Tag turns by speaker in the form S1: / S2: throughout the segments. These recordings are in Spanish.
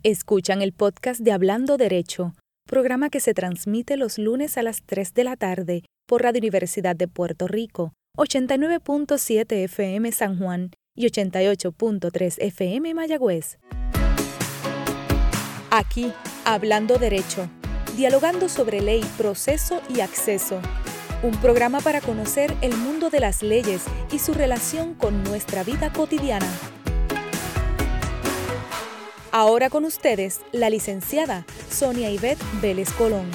S1: Escuchan el podcast de Hablando Derecho, programa que se transmite los lunes a las 3 de la tarde por Radio Universidad de Puerto Rico, 89.7 FM San Juan y 88.3 FM Mayagüez. Aquí, Hablando Derecho, dialogando sobre ley, proceso y acceso. Un programa para conocer el mundo de las leyes y su relación con nuestra vida cotidiana. Ahora con ustedes, la licenciada Sonia Ivette Vélez Colón.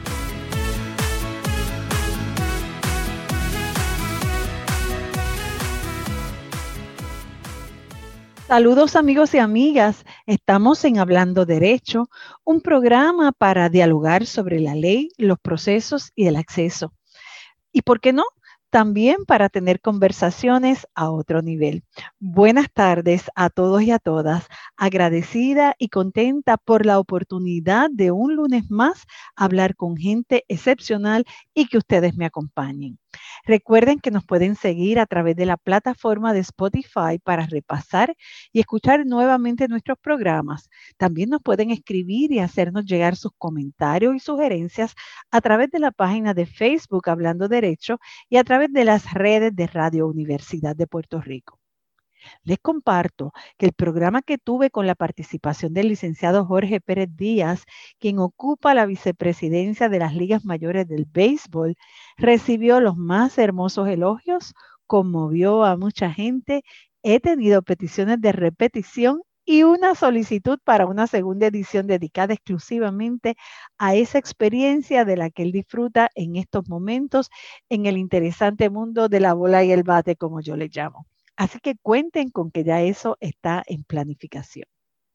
S2: Saludos amigos y amigas, estamos en Hablando Derecho, un programa para dialogar sobre la ley, los procesos y el acceso. ¿Y por qué no? También para tener conversaciones a otro nivel. Buenas tardes a todos y a todas. Agradecida y contenta por la oportunidad de un lunes más hablar con gente excepcional y que ustedes me acompañen. Recuerden que nos pueden seguir a través de la plataforma de Spotify para repasar y escuchar nuevamente nuestros programas. También nos pueden escribir y hacernos llegar sus comentarios y sugerencias a través de la página de Facebook Hablando Derecho y a través de las redes de Radio Universidad de Puerto Rico. Les comparto que el programa que tuve con la participación del licenciado Jorge Pérez Díaz, quien ocupa la vicepresidencia de las ligas mayores del béisbol, recibió los más hermosos elogios, conmovió a mucha gente, he tenido peticiones de repetición y una solicitud para una segunda edición dedicada exclusivamente a esa experiencia de la que él disfruta en estos momentos en el interesante mundo de la bola y el bate, como yo le llamo. Así que cuenten con que ya eso está en planificación.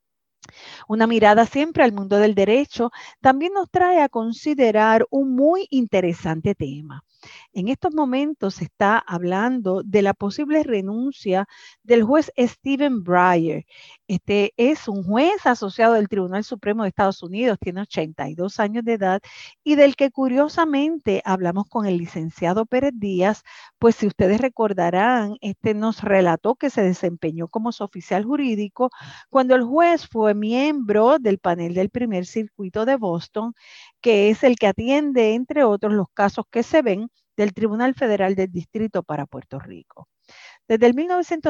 S2: Una mirada siempre al mundo del derecho también nos trae a considerar un muy interesante tema. En estos momentos se está hablando de la posible renuncia del juez Stephen Breyer. Este es un juez asociado del Tribunal Supremo de Estados Unidos, tiene 82 años de edad y del que curiosamente hablamos con el licenciado Pérez Díaz, pues si ustedes recordarán, este nos relató que se desempeñó como su oficial jurídico cuando el juez fue miembro del panel del primer circuito de Boston, que es el que atiende, entre otros, los casos que se ven del Tribunal Federal del Distrito para Puerto Rico. Desde el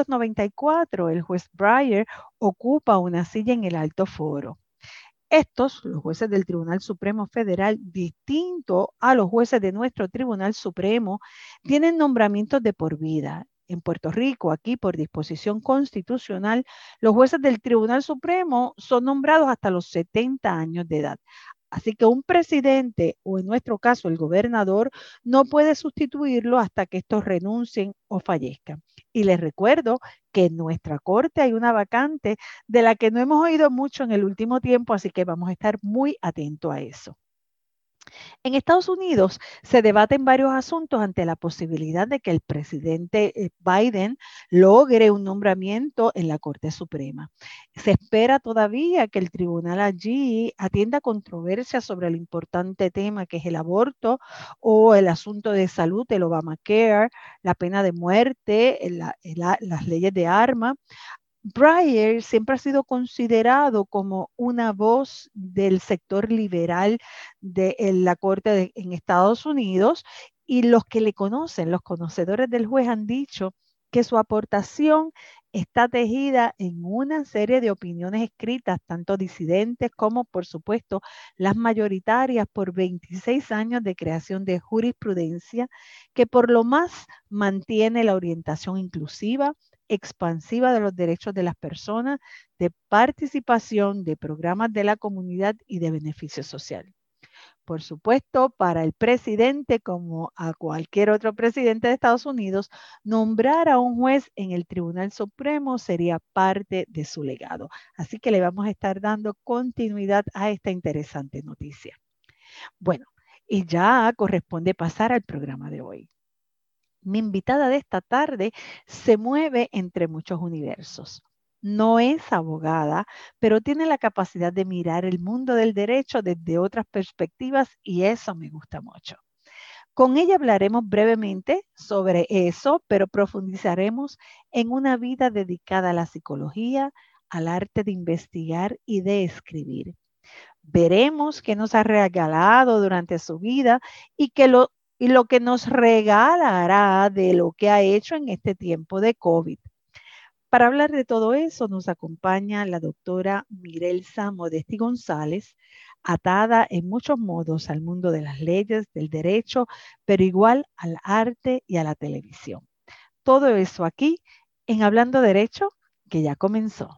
S2: 1994, el juez Breyer ocupa una silla en el alto foro. Estos, los jueces del Tribunal Supremo Federal, distinto a los jueces de nuestro Tribunal Supremo, tienen nombramientos de por vida. En Puerto Rico, aquí por disposición constitucional, los jueces del Tribunal Supremo son nombrados hasta los 70 años de edad. Así que un presidente, o en nuestro caso el gobernador, no puede sustituirlo hasta que estos renuncien o fallezcan. Y les recuerdo que en nuestra corte hay una vacante de la que no hemos oído mucho en el último tiempo, así que vamos a estar muy atentos a eso. En Estados Unidos se debaten varios asuntos ante la posibilidad de que el presidente Biden logre un nombramiento en la Corte Suprema. Se espera todavía que el tribunal allí atienda controversias sobre el importante tema que es el aborto o el asunto de salud, el Obamacare, la pena de muerte, las leyes de armas. Breyer siempre ha sido considerado como una voz del sector liberal de la Corte en Estados Unidos y los que le conocen, los conocedores del juez han dicho que su aportación está tejida en una serie de opiniones escritas, tanto disidentes como, por supuesto, las mayoritarias por 26 años de creación de jurisprudencia que por lo más mantiene la orientación inclusiva, expansiva de los derechos de las personas, de participación, de programas de la comunidad y de beneficio social. Por supuesto, para el presidente, como a cualquier otro presidente de Estados Unidos, nombrar a un juez en el Tribunal Supremo sería parte de su legado. Así que le vamos a estar dando continuidad a esta interesante noticia. Bueno, y ya corresponde pasar al programa de hoy. Mi invitada de esta tarde se mueve entre muchos universos. No es abogada, pero tiene la capacidad de mirar el mundo del derecho desde otras perspectivas y eso me gusta mucho. Con ella hablaremos brevemente sobre eso, pero profundizaremos en una vida dedicada a la psicología, al arte de investigar y de escribir. Veremos qué nos ha regalado durante su vida y lo que nos regalará de lo que ha hecho en este tiempo de COVID. Para hablar de todo eso nos acompaña la doctora Mirelsa Modesti González, atada en muchos modos al mundo de las leyes, del derecho, pero igual al arte y a la televisión. Todo eso aquí en Hablando Derecho, que ya comenzó.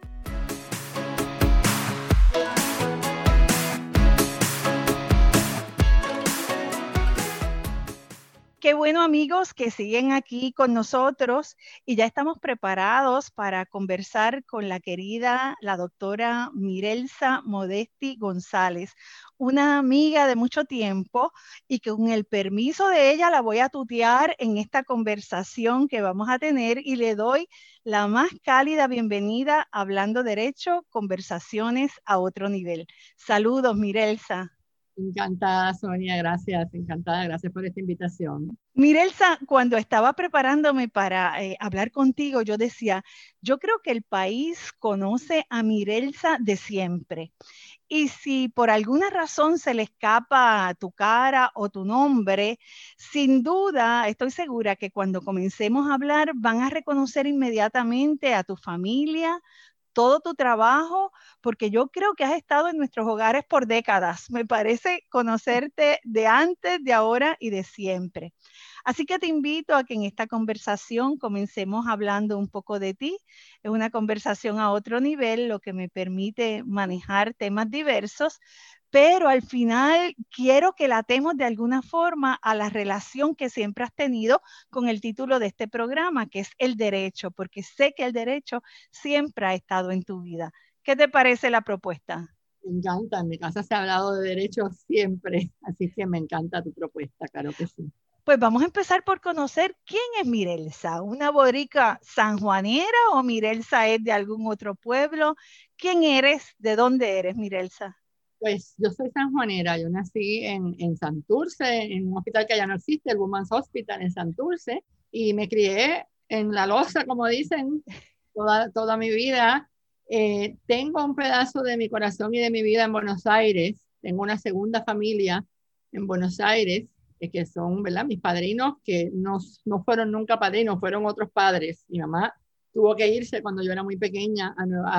S2: Qué bueno, amigos, que siguen aquí con nosotros y ya estamos preparados para conversar con la querida, la doctora Mirelsa Modesti González, una amiga de mucho tiempo y que con el permiso de ella la voy a tutear en esta conversación que vamos a tener y le doy la más cálida bienvenida a Hablando Derecho, conversaciones a otro nivel. Saludos, Mirelsa.
S3: Encantada, Sonia, gracias, encantada, gracias por esta invitación.
S2: Mirelsa, cuando estaba preparándome para hablar contigo, yo decía, yo creo que el país conoce a Mirelsa de siempre. Y si por alguna razón se le escapa tu cara o tu nombre, sin duda estoy segura que cuando comencemos a hablar van a reconocer inmediatamente a tu familia, todo tu trabajo, porque yo creo que has estado en nuestros hogares por décadas. Me parece conocerte de antes, de ahora y de siempre. Así que te invito a que en esta conversación comencemos hablando un poco de ti. Es una conversación a otro nivel, lo que me permite manejar temas diversos, pero al final quiero que latemos de alguna forma a la relación que siempre has tenido con el título de este programa, que es el derecho, porque sé que el derecho siempre ha estado en tu vida. ¿Qué te parece la propuesta?
S3: Me encanta, en mi casa se ha hablado de derecho siempre, así que me encanta tu propuesta, claro que sí.
S2: Pues vamos a empezar por conocer quién es Mirelsa, ¿una boricua sanjuanera o Mirelsa es de algún otro pueblo? ¿Quién eres? ¿De dónde eres, Mirelsa?
S3: Pues yo soy sanjuanera, yo nací en Santurce, en un hospital que ya no existe, el Women's Hospital en Santurce, y me crié en la loza, como dicen, toda mi vida. Tengo un pedazo de mi corazón y de mi vida en Buenos Aires, tengo una segunda familia en Buenos Aires, que son, ¿verdad? Mis padrinos, que no fueron nunca padrinos, fueron otros padres. Mi mamá tuvo que irse cuando yo era muy pequeña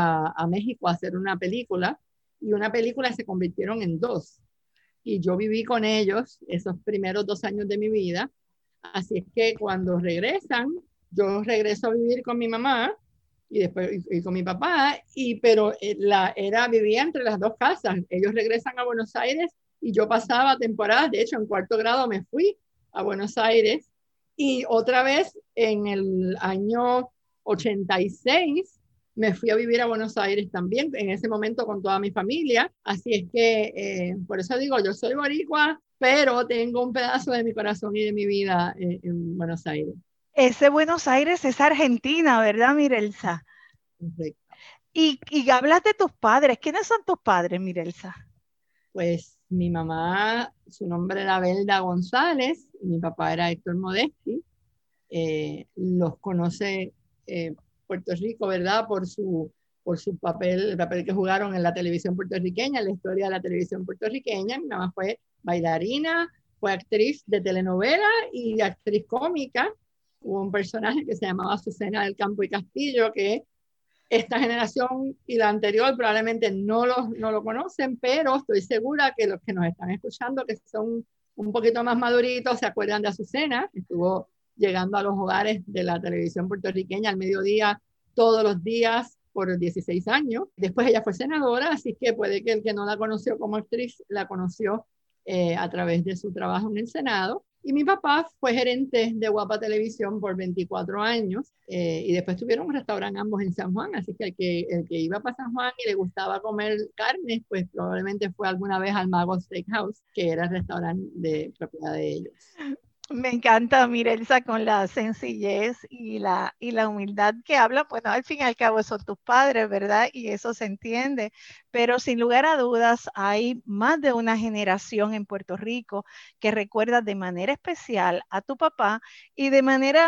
S3: a México a hacer una película, y una película se convirtieron en dos. Y yo viví con ellos esos primeros 2 años de mi vida. Así es que cuando regresan, yo regreso a vivir con mi mamá y después y con mi papá, pero vivía entre las dos casas. Ellos regresan a Buenos Aires y yo pasaba temporadas, de hecho en cuarto grado me fui a Buenos Aires y otra vez en el año 86 me fui a vivir a Buenos Aires también, en ese momento con toda mi familia. Así es que, por eso digo, yo soy boricua, pero tengo un pedazo de mi corazón y de mi vida en Buenos Aires.
S2: Ese Buenos Aires es Argentina, ¿verdad, Mirelsa?
S3: Perfecto.
S2: Y hablas de tus padres. ¿Quiénes son tus padres, Mirelsa?
S3: Pues mi mamá, su nombre era Belda González, y mi papá era Héctor Modesti. Los conoce Puerto Rico, ¿verdad? Por su papel, el papel que jugaron en la televisión puertorriqueña, en la historia de la televisión puertorriqueña. Mi mamá fue bailarina, fue actriz de telenovela y actriz cómica. Hubo un personaje que se llamaba Azucena del Campo y Castillo, que esta generación y la anterior probablemente no lo conocen, pero estoy segura que los que nos están escuchando, que son un poquito más maduritos, se acuerdan de Azucena. Estuvo llegando a los hogares de la televisión puertorriqueña al mediodía todos los días por 16 años. Después ella fue senadora, así que puede que el que no la conoció como actriz la conoció a través de su trabajo en el Senado. Y mi papá fue gerente de Guapa Televisión por 24 años y después tuvieron un restaurante ambos en San Juan, así que el que iba para San Juan y le gustaba comer carne, pues probablemente fue alguna vez al Mago Steakhouse, que era el restaurante de propiedad de ellos.
S2: Me encanta, Mirelsa, con la sencillez y la humildad que habla. Bueno, al fin y al cabo son tus padres, ¿verdad? Y eso se entiende. Pero sin lugar a dudas, hay más de una generación en Puerto Rico que recuerda de manera especial a tu papá y de manera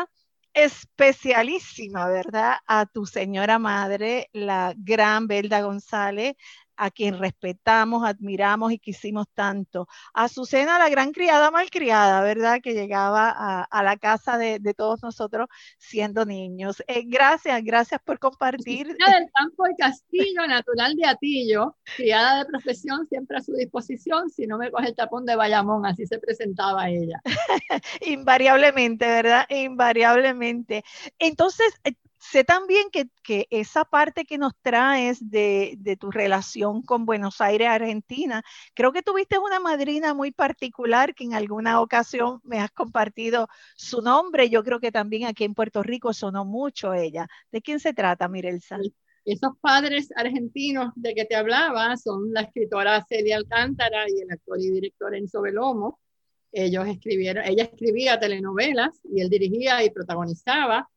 S2: especialísima, ¿verdad? A tu señora madre, la gran Belda González, a quien respetamos, admiramos y quisimos tanto. A Azucena, la gran criada malcriada, ¿verdad? Que llegaba a la casa de todos nosotros siendo niños. Gracias por compartir.
S3: Azucena del Campo y Castillo, natural de Atillo, criada de profesión, siempre a su disposición, si no me coge el tapón de Bayamón, así se presentaba ella.
S2: Invariablemente, ¿verdad? Invariablemente. Entonces, sé también que esa parte que nos traes de tu relación con Buenos Aires, Argentina, creo que tuviste una madrina muy particular que en alguna ocasión me has compartido su nombre. Yo creo que también aquí en Puerto Rico sonó mucho ella. ¿De quién se trata, Mirelsa?
S3: Esos padres argentinos de que te hablaba son la escritora Celia Alcántara y el actor y director Enzo Belomo. Ella escribía telenovelas y él dirigía y protagonizaba.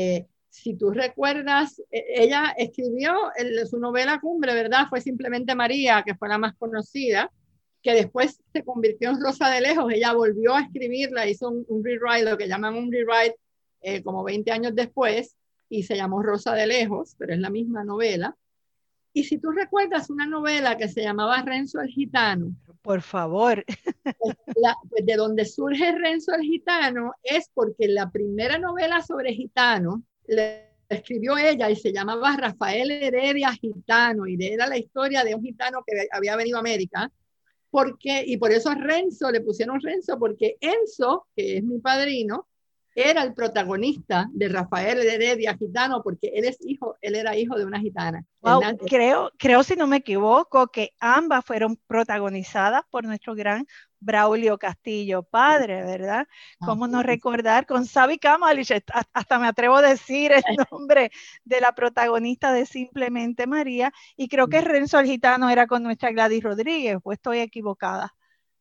S3: Si tú recuerdas, ella escribió su novela cumbre, ¿verdad? Fue Simplemente María, que fue la más conocida, que después se convirtió en Rosa de Lejos. Ella volvió a escribirla, hizo un rewrite, lo que llaman un rewrite, como 20 años después, y se llamó Rosa de Lejos, pero es la misma novela. Y si tú recuerdas una novela que se llamaba Renzo el Gitano.
S2: Por favor.
S3: Pues de donde surge Renzo el Gitano es porque la primera novela sobre gitano la escribió ella y se llamaba Rafael Heredia Gitano, y era la historia de un gitano que había venido a América. Y por eso a Renzo le pusieron Renzo, porque Enzo, que es mi padrino, era el protagonista de Rafael Heredia Gitano, porque él era hijo de una gitana.
S2: Wow, creo, si no me equivoco, que ambas fueron protagonizadas por nuestro gran Braulio Castillo, padre, ¿verdad? ¿Cómo no recordar con Sabi Kamalich? Hasta me atrevo a decir el nombre de la protagonista de Simplemente María, y creo que Renzo el Gitano era con nuestra Gladys Rodríguez, o estoy equivocada.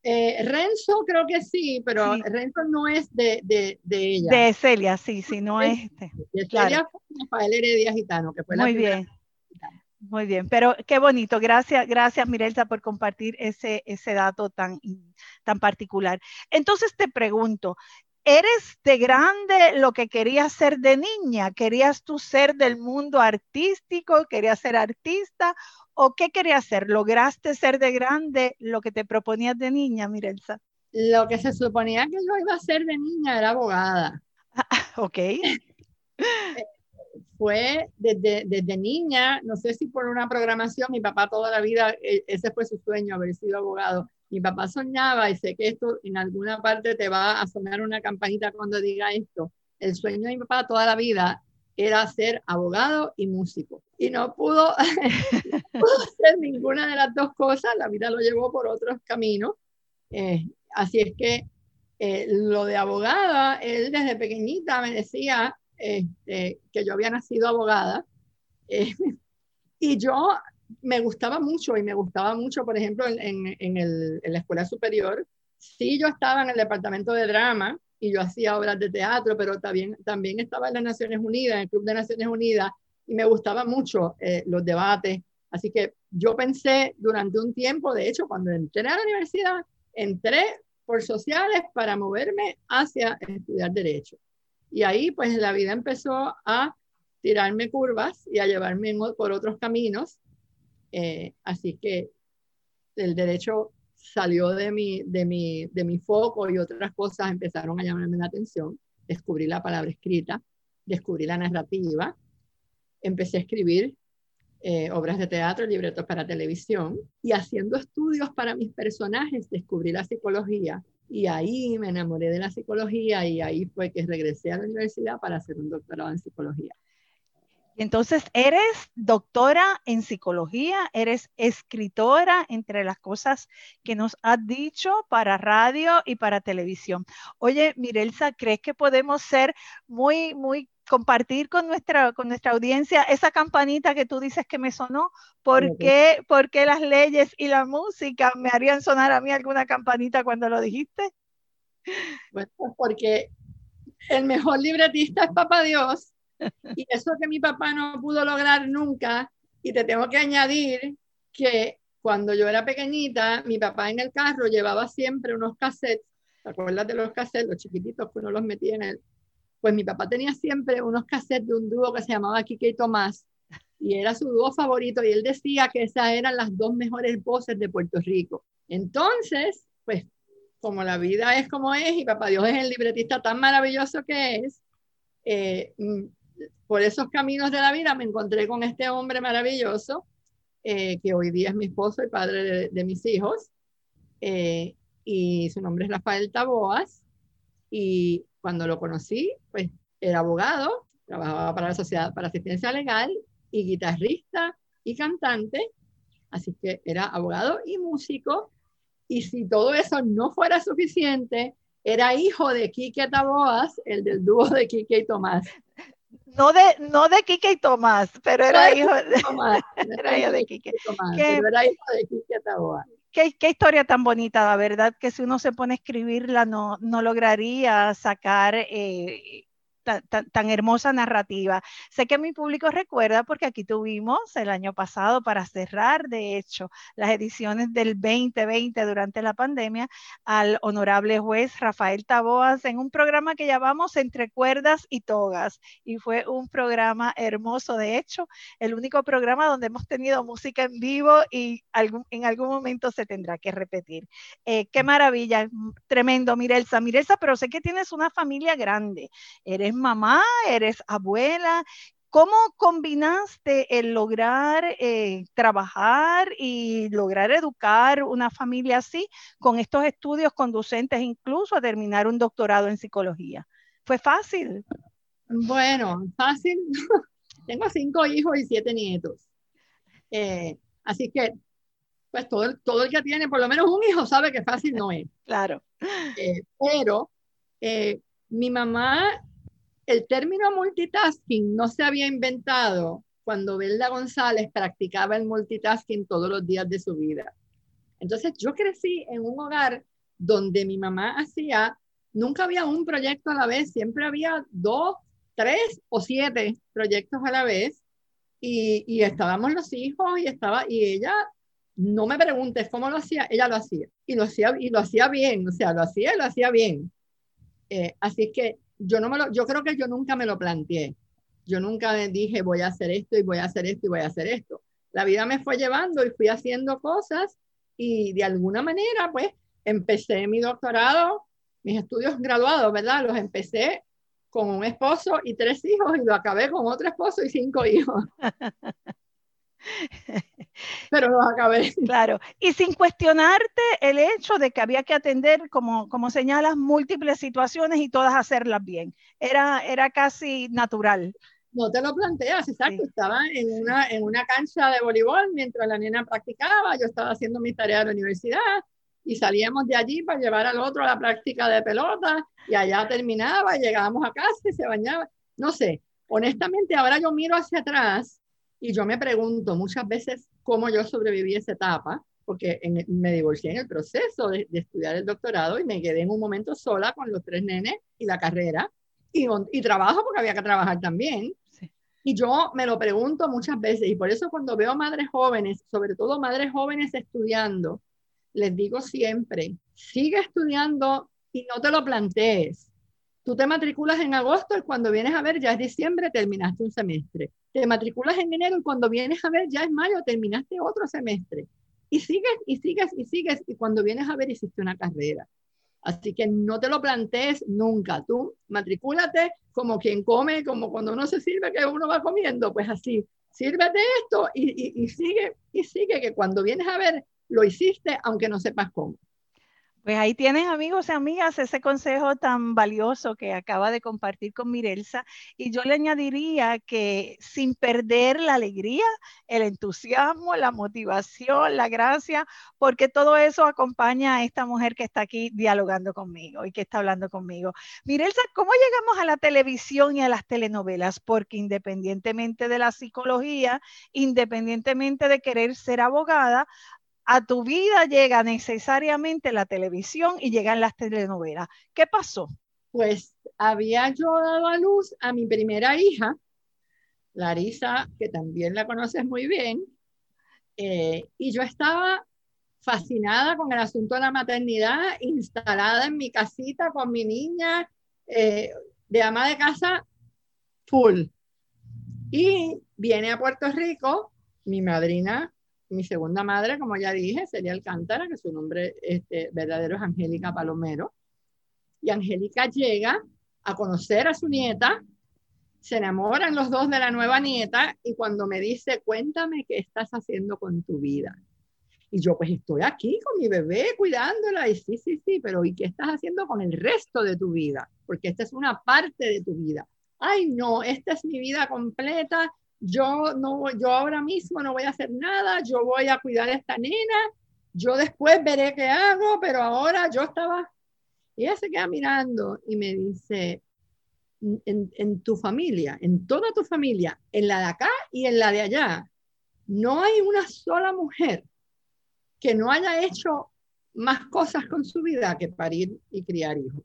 S3: Renzo creo que sí, pero sí. Renzo no es de ella.
S2: De Celia, sí, no es.
S3: De Celia fue Rafael Heredia Gitano, que fue
S2: muy la bien. Muy bien, pero qué bonito. Gracias, Mirelsa, por compartir ese dato tan particular. Entonces te pregunto, ¿eres de grande lo que querías ser de niña? ¿Querías tú ser del mundo artístico? ¿Querías ser artista? ¿O qué querías ser? ¿Lograste ser de grande lo que te proponías de niña, Mirelsa?
S3: Lo que se suponía que yo iba a ser de niña era abogada.
S2: Ok.
S3: Fue desde niña, no sé si por una programación, mi papá toda la vida, ese fue su sueño, haber sido abogado. Mi papá soñaba, y sé que esto en alguna parte te va a sonar una campanita cuando diga esto, el sueño de mi papá toda la vida era ser abogado y músico. Y no pudo hacer ninguna de las dos cosas, la vida lo llevó por otros caminos. Así es que lo de abogada, él desde pequeñita me decía que yo había nacido abogada, y yo me gustaba mucho, por ejemplo, en la escuela superior. Sí, yo estaba en el departamento de drama y yo hacía obras de teatro, pero también estaba en las Naciones Unidas, en el Club de Naciones Unidas, y me gustaba mucho los debates. Así que yo pensé durante un tiempo, de hecho, cuando entré a la universidad, entré por sociales para moverme hacia estudiar Derecho. Y ahí pues la vida empezó a tirarme curvas y a llevarme por otros caminos. Así que el Derecho salió de mi foco, y otras cosas empezaron a llamarme la atención. Descubrí la palabra escrita, descubrí la narrativa, empecé a escribir obras de teatro, libretos para televisión, y haciendo estudios para mis personajes descubrí la psicología, y ahí me enamoré de la psicología, y ahí fue que regresé a la universidad para hacer un doctorado en psicología.
S2: Entonces, eres doctora en psicología, eres escritora, entre las cosas que nos has dicho para radio y para televisión. Oye, Mirelsa, ¿crees que podemos ser compartir con nuestra audiencia esa campanita que tú dices que me sonó? ¿Por qué las leyes y la música me harían sonar a mí alguna campanita cuando lo dijiste?
S3: Bueno, porque el mejor libretista es Papá Dios. Y eso que mi papá no pudo lograr nunca. Y te tengo que añadir que cuando yo era pequeñita, mi papá en el carro llevaba siempre unos cassettes. ¿Te acuerdas de los cassettes, los chiquititos que uno los metía en él? pues mi papá tenía siempre unos cassettes de un dúo que se llamaba Quique y Tomás, y era su dúo favorito, y él decía que esas eran las dos mejores voces de Puerto Rico. Entonces, pues, como la vida es como es, y papá Dios es el libretista tan maravilloso que es, por esos caminos de la vida me encontré con este hombre maravilloso, que hoy día es mi esposo y padre de mis hijos, y su nombre es Rafael Taboas, y cuando lo conocí, pues era abogado, trabajaba para la Sociedad para Asistencia Legal, y guitarrista y cantante, así que era abogado y músico, y si todo eso no fuera suficiente, era hijo de Quique Taboas, el del dúo de Quique y Tomás.
S2: No de Quique y Tomás, pero era hijo de
S3: Tomás,
S2: era hijo de Quique.
S3: Tomás, pero era hijo de Quique Taboas.
S2: Qué historia tan bonita, la verdad que si uno se pone a escribirla no lograría sacar tan hermosa narrativa. Sé que mi público recuerda porque aquí tuvimos el año pasado, para cerrar, de hecho, las ediciones del 2020 durante la pandemia, al honorable juez Rafael Taboas en un programa que llamamos Entre Cuerdas y Togas, y fue un programa hermoso. De hecho, el único programa donde hemos tenido música en vivo, y en algún momento se tendrá que repetir. Qué maravilla, tremendo, Mirelsa, pero sé que tienes una familia grande. Eres mamá, eres abuela. ¿Cómo combinaste el lograr trabajar y lograr educar una familia así con estos estudios conducentes incluso a terminar un doctorado en psicología? ¿Fue fácil?
S3: Bueno, fácil. Tengo 5 hijos y 7 nietos. Así que, pues todo el que tiene por lo menos un hijo sabe que fácil no es.
S2: Claro.
S3: Pero mi mamá, el término multitasking no se había inventado cuando Belda González practicaba el multitasking todos los días de su vida. Entonces yo crecí en un hogar donde mi mamá nunca había un proyecto a la vez, siempre había 2, 3 o 7 proyectos a la vez, y estábamos los hijos, y ella, no me preguntes cómo lo hacía, ella lo hacía, y lo hacía bien, o sea, lo hacía bien. Así que yo creo que yo nunca me lo planteé. Yo nunca me dije voy a hacer esto y voy a hacer esto y voy a hacer esto. La vida me fue llevando y fui haciendo cosas, y de alguna manera pues empecé mi doctorado, mis estudios graduados, ¿verdad? Los empecé con un esposo y 3 hijos, y lo acabé con otro esposo y 5 hijos. Pero los acabé.
S2: Claro, y sin cuestionarte el hecho de que había que atender, como señalas, múltiples situaciones y todas hacerlas bien. Era casi natural.
S3: No te lo planteas, exacto. Sí. Estaba en una cancha de voleibol mientras la nena practicaba, yo estaba haciendo mis tareas de la universidad, y salíamos de allí para llevar al otro a la práctica de pelota, y allá terminaba, y llegábamos a casa y se bañaba. No sé, honestamente ahora yo miro hacia atrás y yo me pregunto muchas veces cómo yo sobreviví esa etapa, porque me divorcié en el proceso de estudiar el doctorado, y me quedé en un momento sola con los 3 nenes y la carrera, y trabajo porque había que trabajar también. Sí. Y yo me lo pregunto muchas veces, y por eso cuando veo madres jóvenes, sobre todo madres jóvenes estudiando, les digo siempre, sigue estudiando y no te lo plantees. Tú te matriculas en agosto y cuando vienes a ver ya es diciembre, terminaste un semestre. Te matriculas en enero y cuando vienes a ver ya es mayo, terminaste otro semestre. Y sigues y sigues y sigues, y cuando vienes a ver hiciste una carrera. Así que no te lo plantees nunca. Tú matricúlate como quien come, como cuando uno se sirve que uno va comiendo, pues así, sírvete esto y sigue, que cuando vienes a ver lo hiciste aunque no sepas cómo.
S2: Pues ahí tienen, amigos y amigas, ese consejo tan valioso que acaba de compartir con Mirelsa, y yo le añadiría que sin perder la alegría, el entusiasmo, la motivación, la gracia, porque todo eso acompaña a esta mujer que está aquí dialogando conmigo y que está hablando conmigo. Mirelsa, ¿cómo llegamos a la televisión y a las telenovelas? Porque independientemente de la psicología, independientemente de querer ser abogada, a tu vida llega necesariamente la televisión y llegan las telenovelas. ¿Qué pasó?
S3: Pues había yo dado a luz a mi primera hija, Larisa, que también la conoces muy bien, y yo estaba fascinada con el asunto de la maternidad, instalada en mi casita con mi niña, de ama de casa full. Y viene a Puerto Rico mi madrina, mi segunda madre, como ya dije, Celia Alcántara, que su nombre verdadero es Angélica Palomero. Y Angélica llega a conocer a su nieta, se enamoran los dos de la nueva nieta y cuando me dice, cuéntame qué estás haciendo con tu vida. Y yo, pues estoy aquí con mi bebé cuidándola. Y sí, pero ¿y qué estás haciendo con el resto de tu vida? Porque esta es una parte de tu vida. Ay, no, esta es mi vida completa. Yo ahora mismo no voy a hacer nada. Yo voy a cuidar a esta nena. Yo después veré qué hago, pero ahora yo estaba... Y ella se queda mirando y me dice, en tu familia, en toda tu familia, en la de acá y en la de allá, no hay una sola mujer que no haya hecho más cosas con su vida que parir y criar hijos.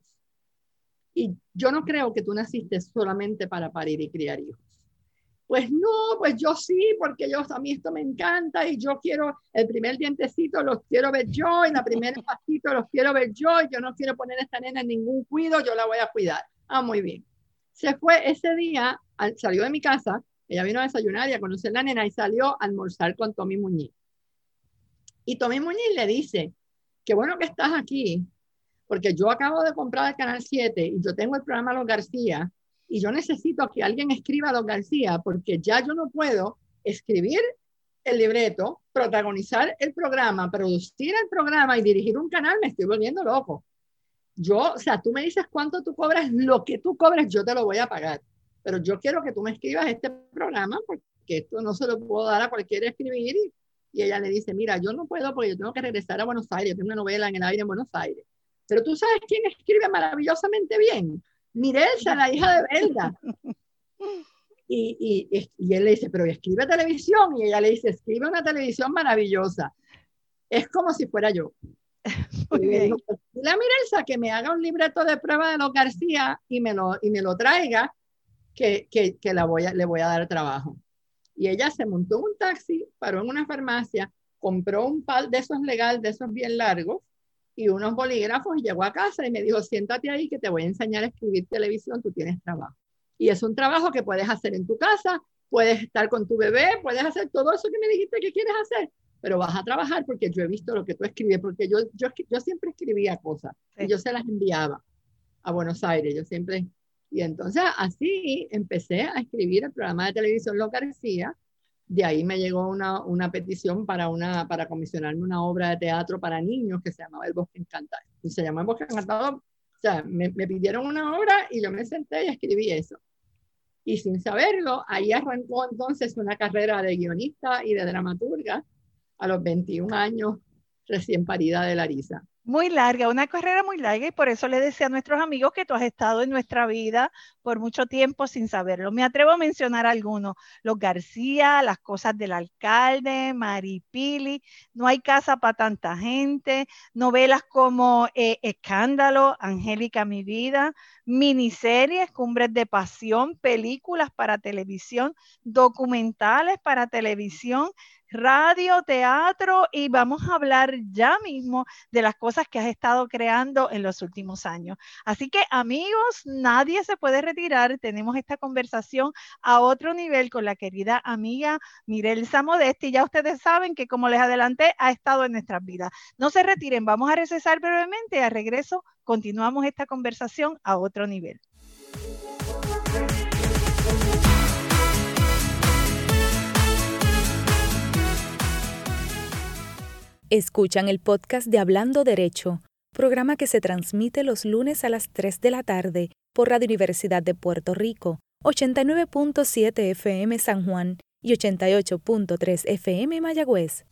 S3: Y yo no creo que tú naciste solamente para parir y criar hijos. Pues no, pues yo sí, porque a mí esto me encanta y yo quiero el primer dientecito, los quiero ver yo, y la primera pasito los quiero ver yo, y yo no quiero poner a esta nena en ningún cuido, yo la voy a cuidar. Ah, muy bien. Se fue ese día, salió de mi casa, ella vino a desayunar y a conocer a la nena y salió a almorzar con Tommy Muñiz. Y Tommy Muñiz le dice, qué bueno que estás aquí, porque yo acabo de comprar el Canal 7 y yo tengo el programa Los García y yo necesito que alguien escriba Los García porque ya yo no puedo escribir el libreto, protagonizar el programa, producir el programa y dirigir un canal, me estoy volviendo loco. O sea, tú me dices cuánto tú cobras, lo que tú cobres yo te lo voy a pagar, pero yo quiero que tú me escribas este programa porque esto no se lo puedo dar a cualquiera escribir. Y ella le dice, mira, yo no puedo porque yo tengo que regresar a Buenos Aires, tengo una novela en el aire en Buenos Aires. Pero tú sabes quién escribe maravillosamente bien. Mirelsa, la hija de Belda. Y él le dice, pero escribe televisión. Y ella le dice, escribe una televisión maravillosa. Es como si fuera yo. Y le digo, pues, dile a Mirelsa que me haga un libreto de prueba de Los García y me lo traiga, que le voy a dar trabajo. Y ella se montó en un taxi, paró en una farmacia, compró un pal de esos legal, de esos bien largos, y unos bolígrafos, y llegó a casa y me dijo, siéntate ahí que te voy a enseñar a escribir televisión, tú tienes trabajo. Y es un trabajo que puedes hacer en tu casa, puedes estar con tu bebé, puedes hacer todo eso que me dijiste que quieres hacer, pero vas a trabajar porque yo he visto lo que tú escribes, porque yo siempre escribía cosas, sí. Y yo se las enviaba a Buenos Aires, yo siempre... Y entonces así empecé a escribir el programa de televisión Los García. De ahí me llegó una petición para comisionarme una obra de teatro para niños que se llamaba El Bosque Encantado. Y se llamó El Bosque Encantado. O sea, me pidieron una obra y yo me senté y escribí eso. Y sin saberlo, ahí arrancó entonces una carrera de guionista y de dramaturga a los 21 años recién parida de Larisa.
S2: Muy larga, una carrera muy larga, y por eso le decía a nuestros amigos que tú has estado en nuestra vida por mucho tiempo sin saberlo. Me atrevo a mencionar algunos: Los García, Las Cosas del Alcalde, Maripili, No hay casa para tanta gente, novelas como Escándalo, Angélica mi vida, miniseries, Cumbres de Pasión, películas para televisión, documentales para televisión, radio, teatro, y vamos a hablar ya mismo de las cosas que has estado creando en los últimos años. Así que, amigos, nadie se puede retirar. Tenemos esta conversación a otro nivel con la querida amiga Mirelsa Modesti. Ya ustedes saben que, como les adelanté, ha estado en nuestras vidas. No se retiren, vamos a recesar brevemente y al regreso continuamos esta conversación a otro nivel.
S1: Escuchan el podcast de Hablando Derecho, programa que se transmite los lunes a las 3 de la tarde por Radio Universidad de Puerto Rico, 89.7 FM San Juan y 88.3 FM Mayagüez.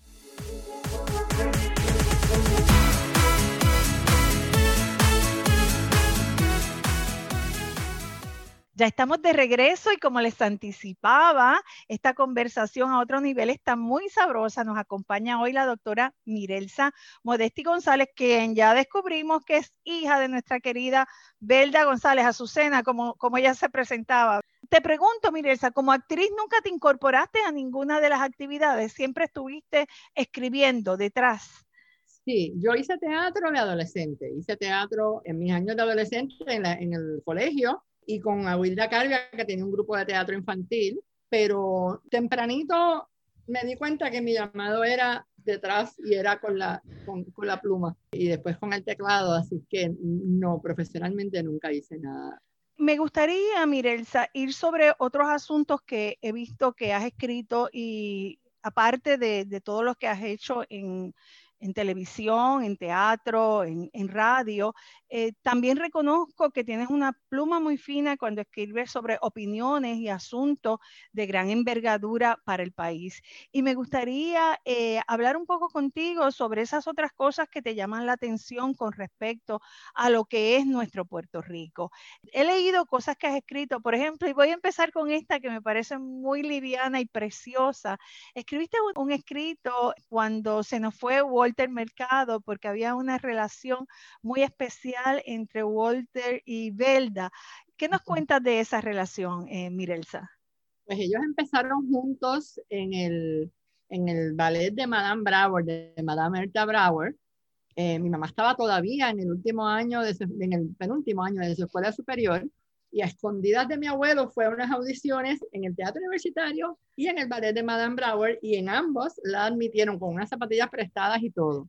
S2: Ya estamos de regreso y, como les anticipaba, esta conversación a otro nivel está muy sabrosa. Nos acompaña hoy la doctora Mirelsa Modesti González, quien ya descubrimos que es hija de nuestra querida Belda González, Azucena, como ella se presentaba. Te pregunto, Mirelsa, como actriz, ¿nunca te incorporaste a ninguna de las actividades? ¿Siempre estuviste escribiendo detrás?
S3: Sí, yo hice teatro de adolescente. Hice teatro en mis años de adolescente en el colegio. y con Awilda Carvia, que tenía un grupo de teatro infantil, pero tempranito me di cuenta que mi llamado era detrás y era con la pluma y después con el teclado, así que no, profesionalmente nunca hice nada.
S2: Me gustaría, Mirelsa, ir sobre otros asuntos que he visto que has escrito y aparte de todo lo que has hecho en televisión, en teatro, en radio, también reconozco que tienes una pluma muy fina cuando escribes sobre opiniones y asuntos de gran envergadura para el país. Y me gustaría hablar un poco contigo sobre esas otras cosas que te llaman la atención con respecto a lo que es nuestro Puerto Rico. He leído cosas que has escrito, por ejemplo, y voy a empezar con esta que me parece muy liviana y preciosa. Escribiste un escrito cuando se nos fue Walter Mercado, porque había una relación muy especial entre Walter y Belda. ¿Qué nos cuentas de esa relación, Mirelsa?
S3: Pues ellos empezaron juntos en el ballet de Madame Brauer, de Madame Herta Brauer. Mi mamá estaba todavía en el último año, en el penúltimo año de su escuela superior, y a escondidas de mi abuelo fue a unas audiciones en el Teatro Universitario y en el ballet de Madame Brauer, y en ambos la admitieron con unas zapatillas prestadas y todo.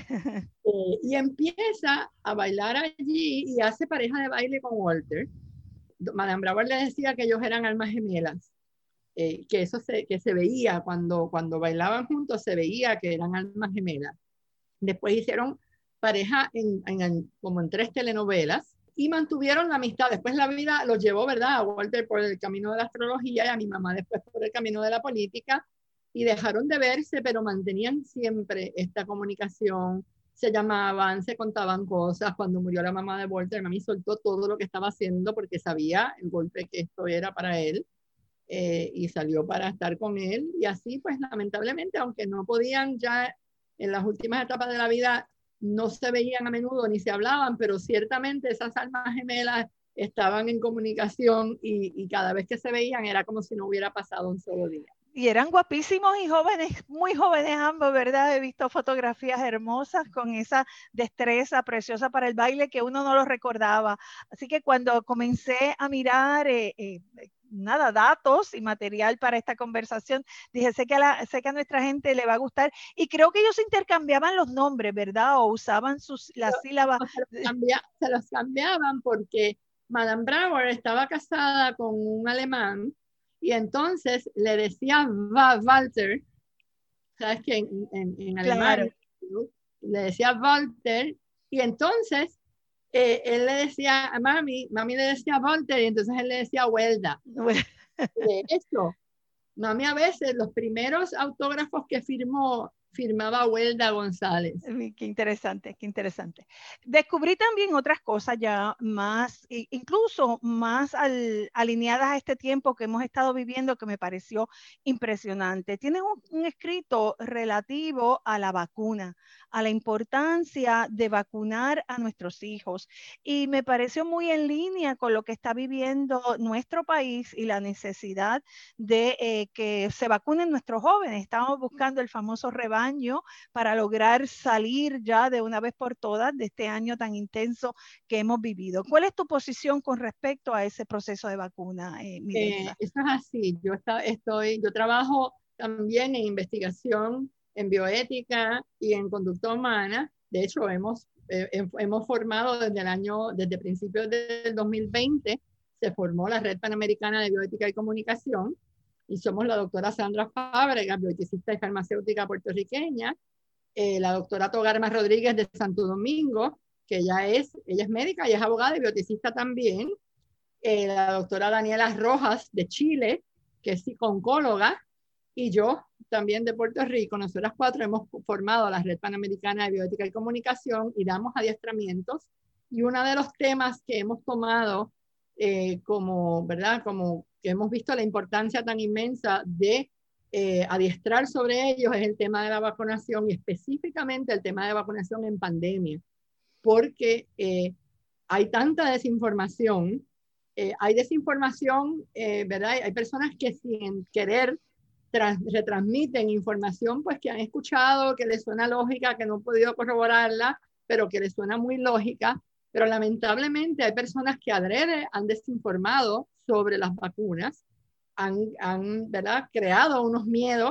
S3: Y empieza a bailar allí y hace pareja de baile con Walter. Madame Brauer le decía que ellos eran almas gemelas, que eso que se veía cuando bailaban juntos, se veía que eran almas gemelas. Después hicieron pareja como en 3 telenovelas y mantuvieron la amistad. Después la vida los llevó, ¿verdad?, a Walter por el camino de la astrología y a mi mamá después por el camino de la política, y dejaron de verse, pero mantenían siempre esta comunicación. Se llamaban, se contaban cosas. Cuando murió la mamá de Walter, mami soltó todo lo que estaba haciendo porque sabía el golpe que esto era para él, y salió para estar con él. Y así, pues lamentablemente, aunque no podían ya en las últimas etapas de la vida, no se veían a menudo ni se hablaban, pero ciertamente esas almas gemelas estaban en comunicación y cada vez que se veían era como si no hubiera pasado un solo día.
S2: Y eran guapísimos y jóvenes, muy jóvenes ambos, ¿verdad? He visto fotografías hermosas con esa destreza preciosa para el baile que uno no lo recordaba. Así que cuando comencé a mirar datos y material para esta conversación, dije, sé que a nuestra gente le va a gustar. Y creo que ellos intercambiaban los nombres, ¿verdad? O usaban las sílabas.
S3: Se los cambiaban porque Madame Brauer estaba casada con un alemán, y entonces le decía Walter, ¿sabes que en alemán, claro, le decía Walter, y entonces él le decía a mami le decía Walter, y entonces él le decía Welda. De hecho, mami a veces los primeros autógrafos que firmaba Welda González.
S2: Qué interesante, qué interesante. Descubrí también otras cosas ya más, incluso más alineadas a este tiempo que hemos estado viviendo, que me pareció impresionante. Tienes un escrito relativo a la vacuna, a la importancia de vacunar a nuestros hijos, y me pareció muy en línea con lo que está viviendo nuestro país y la necesidad de que se vacunen nuestros jóvenes. Estamos buscando el famoso rebaño para lograr salir ya de una vez por todas de este año tan intenso que hemos vivido. ¿Cuál es tu posición con respecto a ese proceso de vacuna, Mirelsa?
S3: Eso es así. Yo trabajo también en investigación en bioética y en conducta humana. De hecho, hemos formado desde principios del 2020, se formó la Red Panamericana de Bioética y Comunicación, y somos la doctora Sandra Fábrega, bioeticista y farmacéutica puertorriqueña, la doctora Togarma Rodríguez de Santo Domingo, que ella es médica y es abogada y bioeticista también, la doctora Daniela Rojas de Chile, que es psico-oncóloga, y yo también de Puerto Rico. Nosotras 4 hemos formado la Red Panamericana de Bioética y Comunicación y damos adiestramientos, y uno de los temas que hemos tomado como que hemos visto la importancia tan inmensa de adiestrar sobre ellos es el tema de la vacunación, y específicamente el tema de vacunación en pandemia, porque hay tanta desinformación, hay desinformación, ¿verdad? Hay personas que sin querer retransmiten información pues que han escuchado, que les suena lógica, que no han podido corroborarla, pero que les suena muy lógica. Pero lamentablemente hay personas que adrede han desinformado sobre las vacunas, han ¿verdad?, creado unos miedos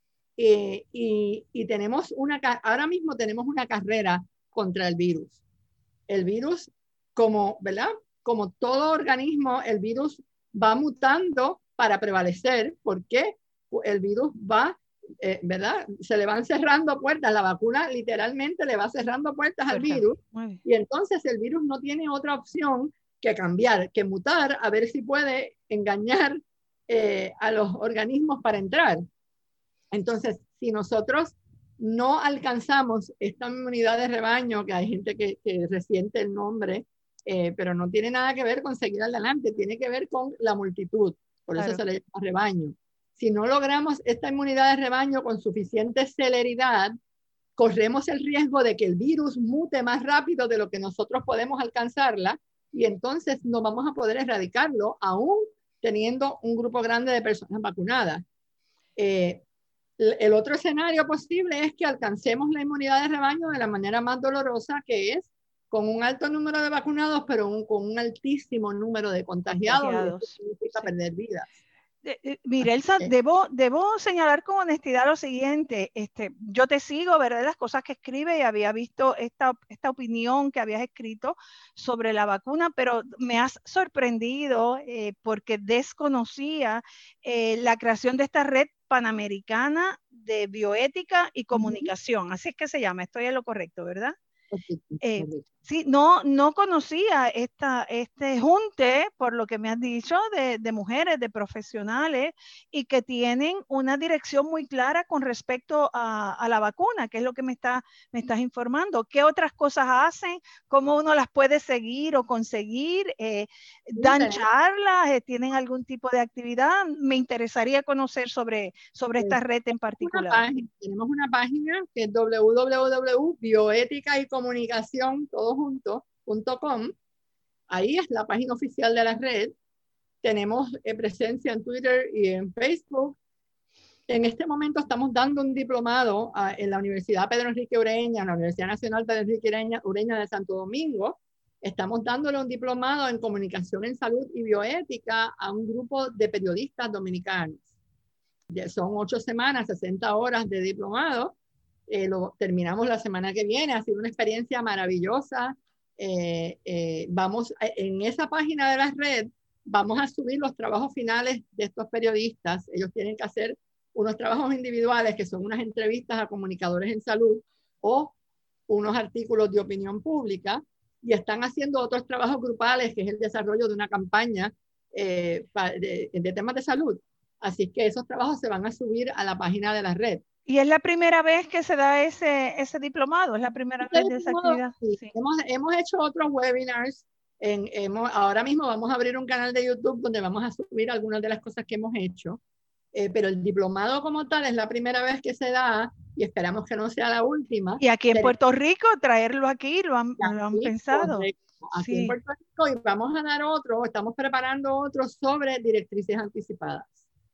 S3: y ahora mismo tenemos una carrera contra el virus. El virus, ¿verdad?, como todo organismo, el virus va mutando para prevalecer, porque el virus va, ¿verdad?, se le van cerrando puertas. La vacuna literalmente le va cerrando puertas al virus, y entonces el virus no tiene otra opción que cambiar, que mutar, a ver si puede engañar a los organismos para entrar. Entonces, si nosotros no alcanzamos esta inmunidad de rebaño, que hay gente que resiente el nombre, pero no tiene nada que ver con seguir adelante, tiene que ver con la multitud, por eso se le llama rebaño. Si no logramos esta inmunidad de rebaño con suficiente celeridad, corremos el riesgo de que el virus mute más rápido de lo que nosotros podemos alcanzarla, y entonces no vamos a poder erradicarlo, aún teniendo un grupo grande de personas vacunadas. El otro escenario posible es que alcancemos la inmunidad de rebaño de la manera más dolorosa, que es con un alto número de vacunados, pero con un altísimo número de contagiados. Y eso significa perder vidas.
S2: Mira, Elsa, debo señalar con honestidad lo siguiente. Yo te sigo, ¿verdad?, las cosas que escribes, y había visto esta opinión que habías escrito sobre la vacuna, pero me has sorprendido porque desconocía la creación de esta red panamericana de bioética y comunicación. Así es que se llama, estoy en lo correcto, ¿verdad? Sí, no conocía este junte, por lo que me has dicho, de mujeres, de profesionales, y que tienen una dirección muy clara con respecto a la vacuna, que es lo que me estás informando. ¿Qué otras cosas hacen? ¿Cómo uno las puede seguir o conseguir? ¿Dan charlas? ¿Tienen algún tipo de actividad? Me interesaría conocer sobre esta red en particular.
S3: Tenemos una página que es www.bioeticaycomunicacion.com. Ahí es la página oficial de la red. Tenemos presencia en Twitter y en Facebook. En este momento estamos dando un diplomado en la Universidad Pedro Enrique Ureña, en la Universidad Nacional Pedro Enrique Ureña de Santo Domingo. Estamos dándole un diplomado en comunicación en salud y bioética a un grupo de periodistas dominicanos. Son 8 semanas, 60 horas de diplomado. Lo terminamos la semana que viene. Ha sido una experiencia maravillosa. Vamos en esa página de la red, vamos a subir los trabajos finales de estos periodistas. Ellos tienen que hacer unos trabajos individuales, que son unas entrevistas a comunicadores en salud o unos artículos de opinión pública, y están haciendo otros trabajos grupales, que es el desarrollo de una campaña de temas de salud. Así que esos trabajos se van a subir a la página de la red.
S2: ¿Y es la primera vez que se da ese diplomado? ¿Es la primera vez de esa actividad?
S3: Sí. Sí. Hemos hecho otros webinars. Ahora mismo vamos a abrir un canal de YouTube donde vamos a subir algunas de las cosas que hemos hecho. Pero el diplomado como tal es la primera vez que se da, y esperamos que no sea la última.
S2: Y aquí en Puerto Rico, traerlo aquí, ¿lo han pensado?
S3: Aquí en Puerto Rico, y vamos a dar otro, estamos preparando otro sobre directrices anticipadas.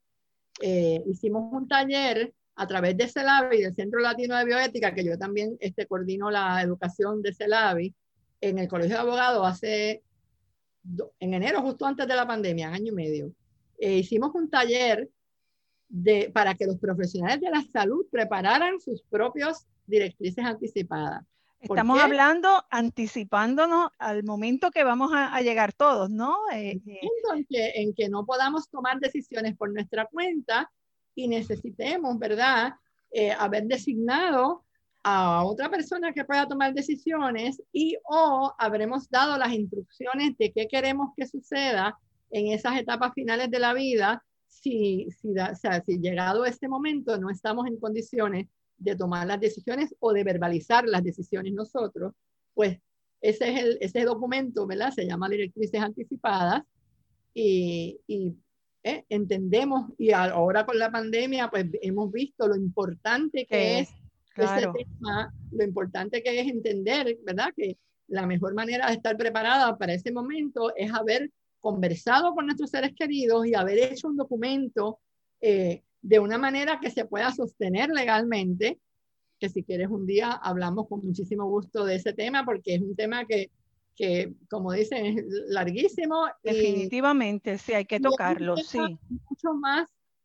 S3: Hicimos un taller a través de CELAVI, del Centro Latino de Bioética, que yo también coordino la educación de CELAVI, en el Colegio de Abogados en enero, justo antes de la pandemia, 1 año y medio. Hicimos un taller para que los profesionales de la salud prepararan sus propias directrices anticipadas.
S2: Estamos hablando, anticipándonos al momento que vamos a llegar todos, ¿no?
S3: En que no podamos tomar decisiones por nuestra cuenta y necesitemos, ¿verdad?, haber designado a otra persona que pueda tomar decisiones, o habremos dado las instrucciones de qué queremos que suceda en esas etapas finales de la vida. Si llegado este momento no estamos en condiciones de tomar las decisiones o de verbalizar las decisiones nosotros, pues ese documento, ¿verdad?, se llama directrices anticipadas, y entendemos, y ahora con la pandemia pues hemos visto lo importante que es ese tema, lo importante que es entender, ¿verdad?, que la mejor manera de estar preparada para ese momento es haber conversado con nuestros seres queridos y haber hecho un documento de una manera que se pueda sostener legalmente, que si quieres un día hablamos con muchísimo gusto de ese tema, porque es un tema que que como dicen, es larguísimo.
S2: Definitivamente, sí, hay que tocarlo, sí.
S3: Mucho más,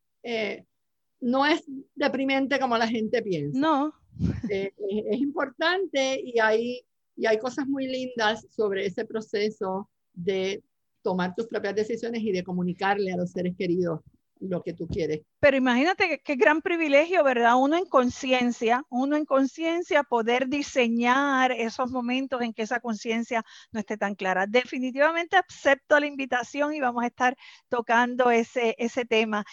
S3: no es deprimente como la gente piensa.
S2: No.
S3: Es importante y hay cosas muy lindas sobre ese proceso de tomar tus propias decisiones y de comunicarle a los seres queridos lo que tú quieres.
S2: Pero imagínate qué gran privilegio, ¿verdad? Uno en conciencia poder diseñar esos momentos en que esa conciencia no esté tan clara. Definitivamente acepto la invitación y vamos a estar tocando ese tema.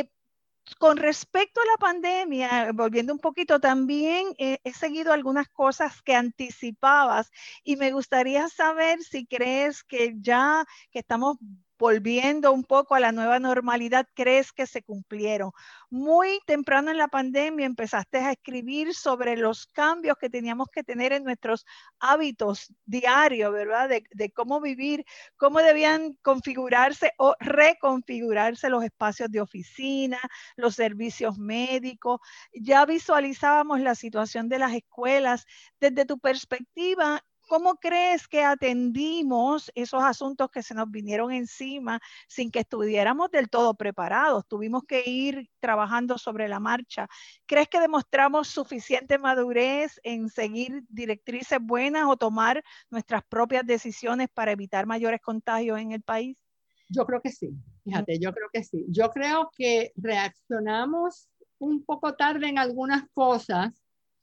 S2: Con respecto a la pandemia, volviendo un poquito, también he seguido algunas cosas que anticipabas y me gustaría saber si crees que ya que estamos volviendo un poco a la nueva normalidad, ¿crees que se cumplieron? Muy temprano en la pandemia empezaste a escribir sobre los cambios que teníamos que tener en nuestros hábitos diarios, ¿verdad? De cómo vivir, cómo debían configurarse o reconfigurarse los espacios de oficina, los servicios médicos. Ya visualizábamos la situación de las escuelas. Desde tu perspectiva, ¿cómo crees que atendimos esos asuntos que se nos vinieron encima sin que estuviéramos del todo preparados? Tuvimos que ir trabajando sobre la marcha. ¿Crees que demostramos suficiente madurez en seguir directrices buenas o tomar nuestras propias decisiones para evitar mayores contagios en el país?
S3: Yo creo que sí, fíjate, yo creo que sí. Yo creo que reaccionamos un poco tarde en algunas cosas.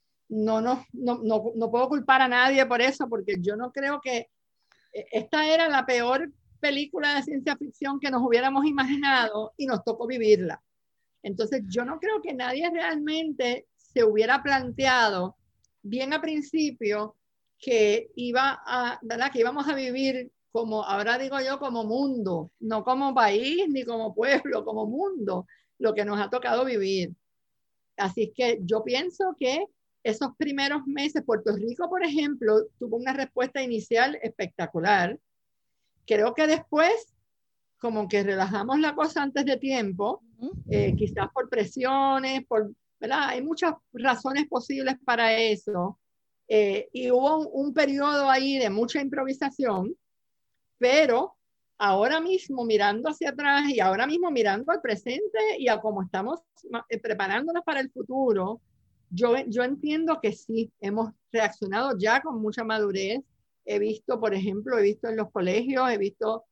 S3: No puedo culpar a nadie por eso, porque yo no creo que esta era la peor película de ciencia ficción que nos hubiéramos imaginado y nos tocó vivirla. Entonces, yo no creo que nadie realmente se hubiera planteado bien a principio que ¿verdad? Que íbamos a vivir como, ahora digo yo, como mundo, no como país ni como pueblo, como mundo, lo que nos ha tocado vivir. Así que yo pienso que esos primeros meses, Puerto Rico, por ejemplo, tuvo una respuesta inicial espectacular. Creo que después, como que relajamos la cosa antes de tiempo, quizás por presiones, ¿verdad? Hay muchas razones posibles para eso. Y hubo un periodo ahí de mucha improvisación, pero ahora mismo mirando hacia atrás y ahora mismo mirando al presente y a cómo estamos preparándonos para el futuro, yo entiendo que sí, hemos reaccionado ya con mucha madurez. He visto, por ejemplo, en los colegios, he visto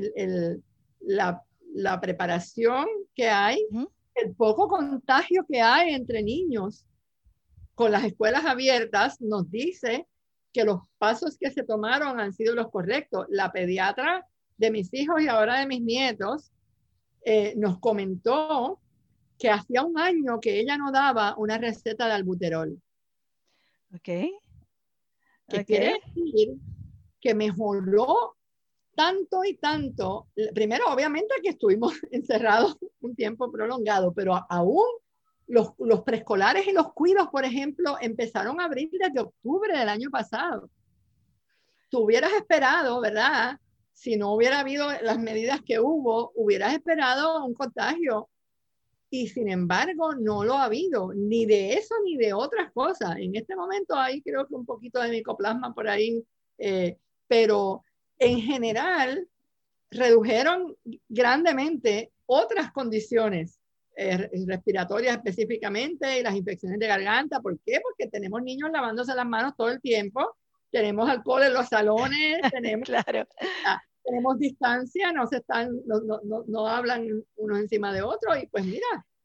S3: la preparación que hay, el poco contagio que hay entre niños. Con las escuelas abiertas nos dice que los pasos que se tomaron han sido los correctos. La pediatra de mis hijos y ahora de mis nietos nos comentó que hacía un año que ella no daba una receta de albuterol.
S2: Okay.
S3: Que quiere decir que mejoró tanto y tanto. Primero, obviamente, que estuvimos encerrados un tiempo prolongado, pero aún los preescolares y los cuidos, por ejemplo, empezaron a abrir desde octubre del año pasado. Tú hubieras esperado, ¿verdad? Si no hubiera habido las medidas que hubo, hubieras esperado un contagio. Y sin embargo, no lo ha habido, ni de eso ni de otras cosas. En este momento hay creo que un poquito de micoplasma por ahí, pero en general redujeron grandemente otras condiciones respiratorias específicamente y las infecciones de garganta. ¿Por qué? Porque tenemos niños lavándose las manos todo el tiempo, tenemos alcohol en los salones, tenemos,
S2: claro.
S3: Tenemos distancia, no hablan unos encima de otros y pues mira.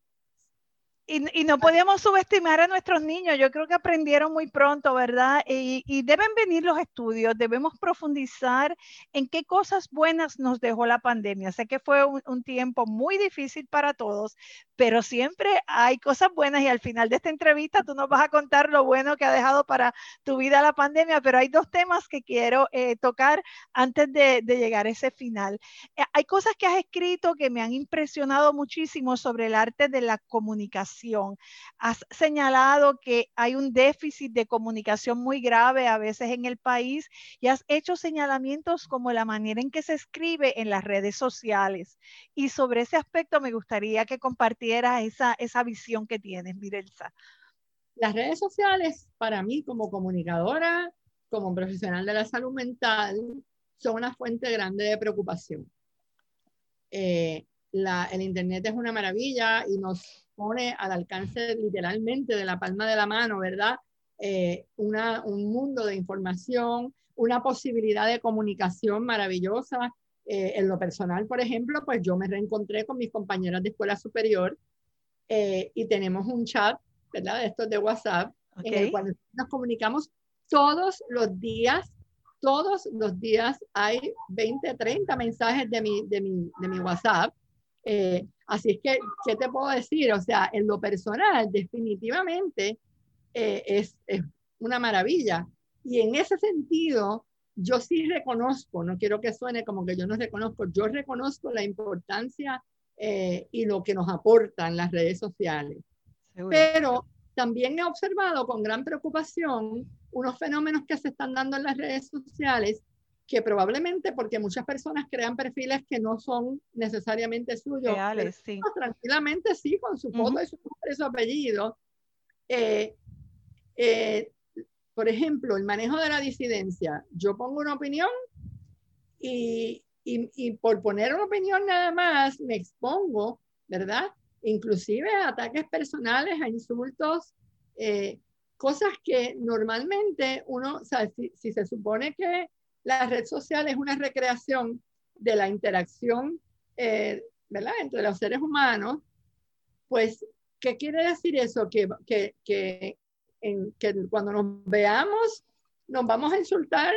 S2: Y no podíamos subestimar a nuestros niños. Yo creo que aprendieron muy pronto, ¿verdad? Y deben venir los estudios, debemos profundizar en qué cosas buenas nos dejó la pandemia. Sé que fue un tiempo muy difícil para todos, pero siempre hay cosas buenas y al final de esta entrevista tú nos vas a contar lo bueno que ha dejado para tu vida la pandemia, pero hay dos temas que quiero tocar antes de llegar a ese final. Hay cosas que has escrito que me han impresionado muchísimo sobre el arte de la comunicación. Has señalado que hay un déficit de comunicación muy grave a veces en el país y has hecho señalamientos como la manera en que se escribe en las redes sociales. Y sobre ese aspecto me gustaría que compartieras esa visión que tienes, Mirelsa.
S3: Las redes sociales, para mí como comunicadora, como profesional de la salud mental, son una fuente grande de preocupación. El Internet es una maravilla y nos pone al alcance literalmente de la palma de la mano, ¿verdad? Un mundo de información, una posibilidad de comunicación maravillosa. En lo personal, por ejemplo, pues yo me reencontré con mis compañeras de escuela superior y tenemos un chat, ¿verdad? De estos de WhatsApp, en el cual nos comunicamos todos los días. Todos los días hay 20, 30 mensajes de mi WhatsApp. Así es que, ¿qué te puedo decir? O sea, en lo personal, definitivamente es una maravilla. Y en ese sentido, yo sí reconozco, no quiero que suene como que yo no reconozco, yo reconozco la importancia y lo que nos aportan las redes sociales. Seguro. Pero también he observado con gran preocupación unos fenómenos que se están dando en las redes sociales que probablemente porque muchas personas crean perfiles que no son necesariamente suyos. Reales, sí. Tranquilamente sí, con su foto y su nombre y su apellido. Por ejemplo, el manejo de la disidencia. Yo pongo una opinión y por poner una opinión nada más me expongo, ¿verdad? Inclusive a ataques personales, a insultos, cosas que normalmente uno, o sea, si se supone que la red social es una recreación de la interacción, ¿verdad? Entre los seres humanos, pues, ¿qué quiere decir eso? Que cuando nos veamos nos vamos a insultar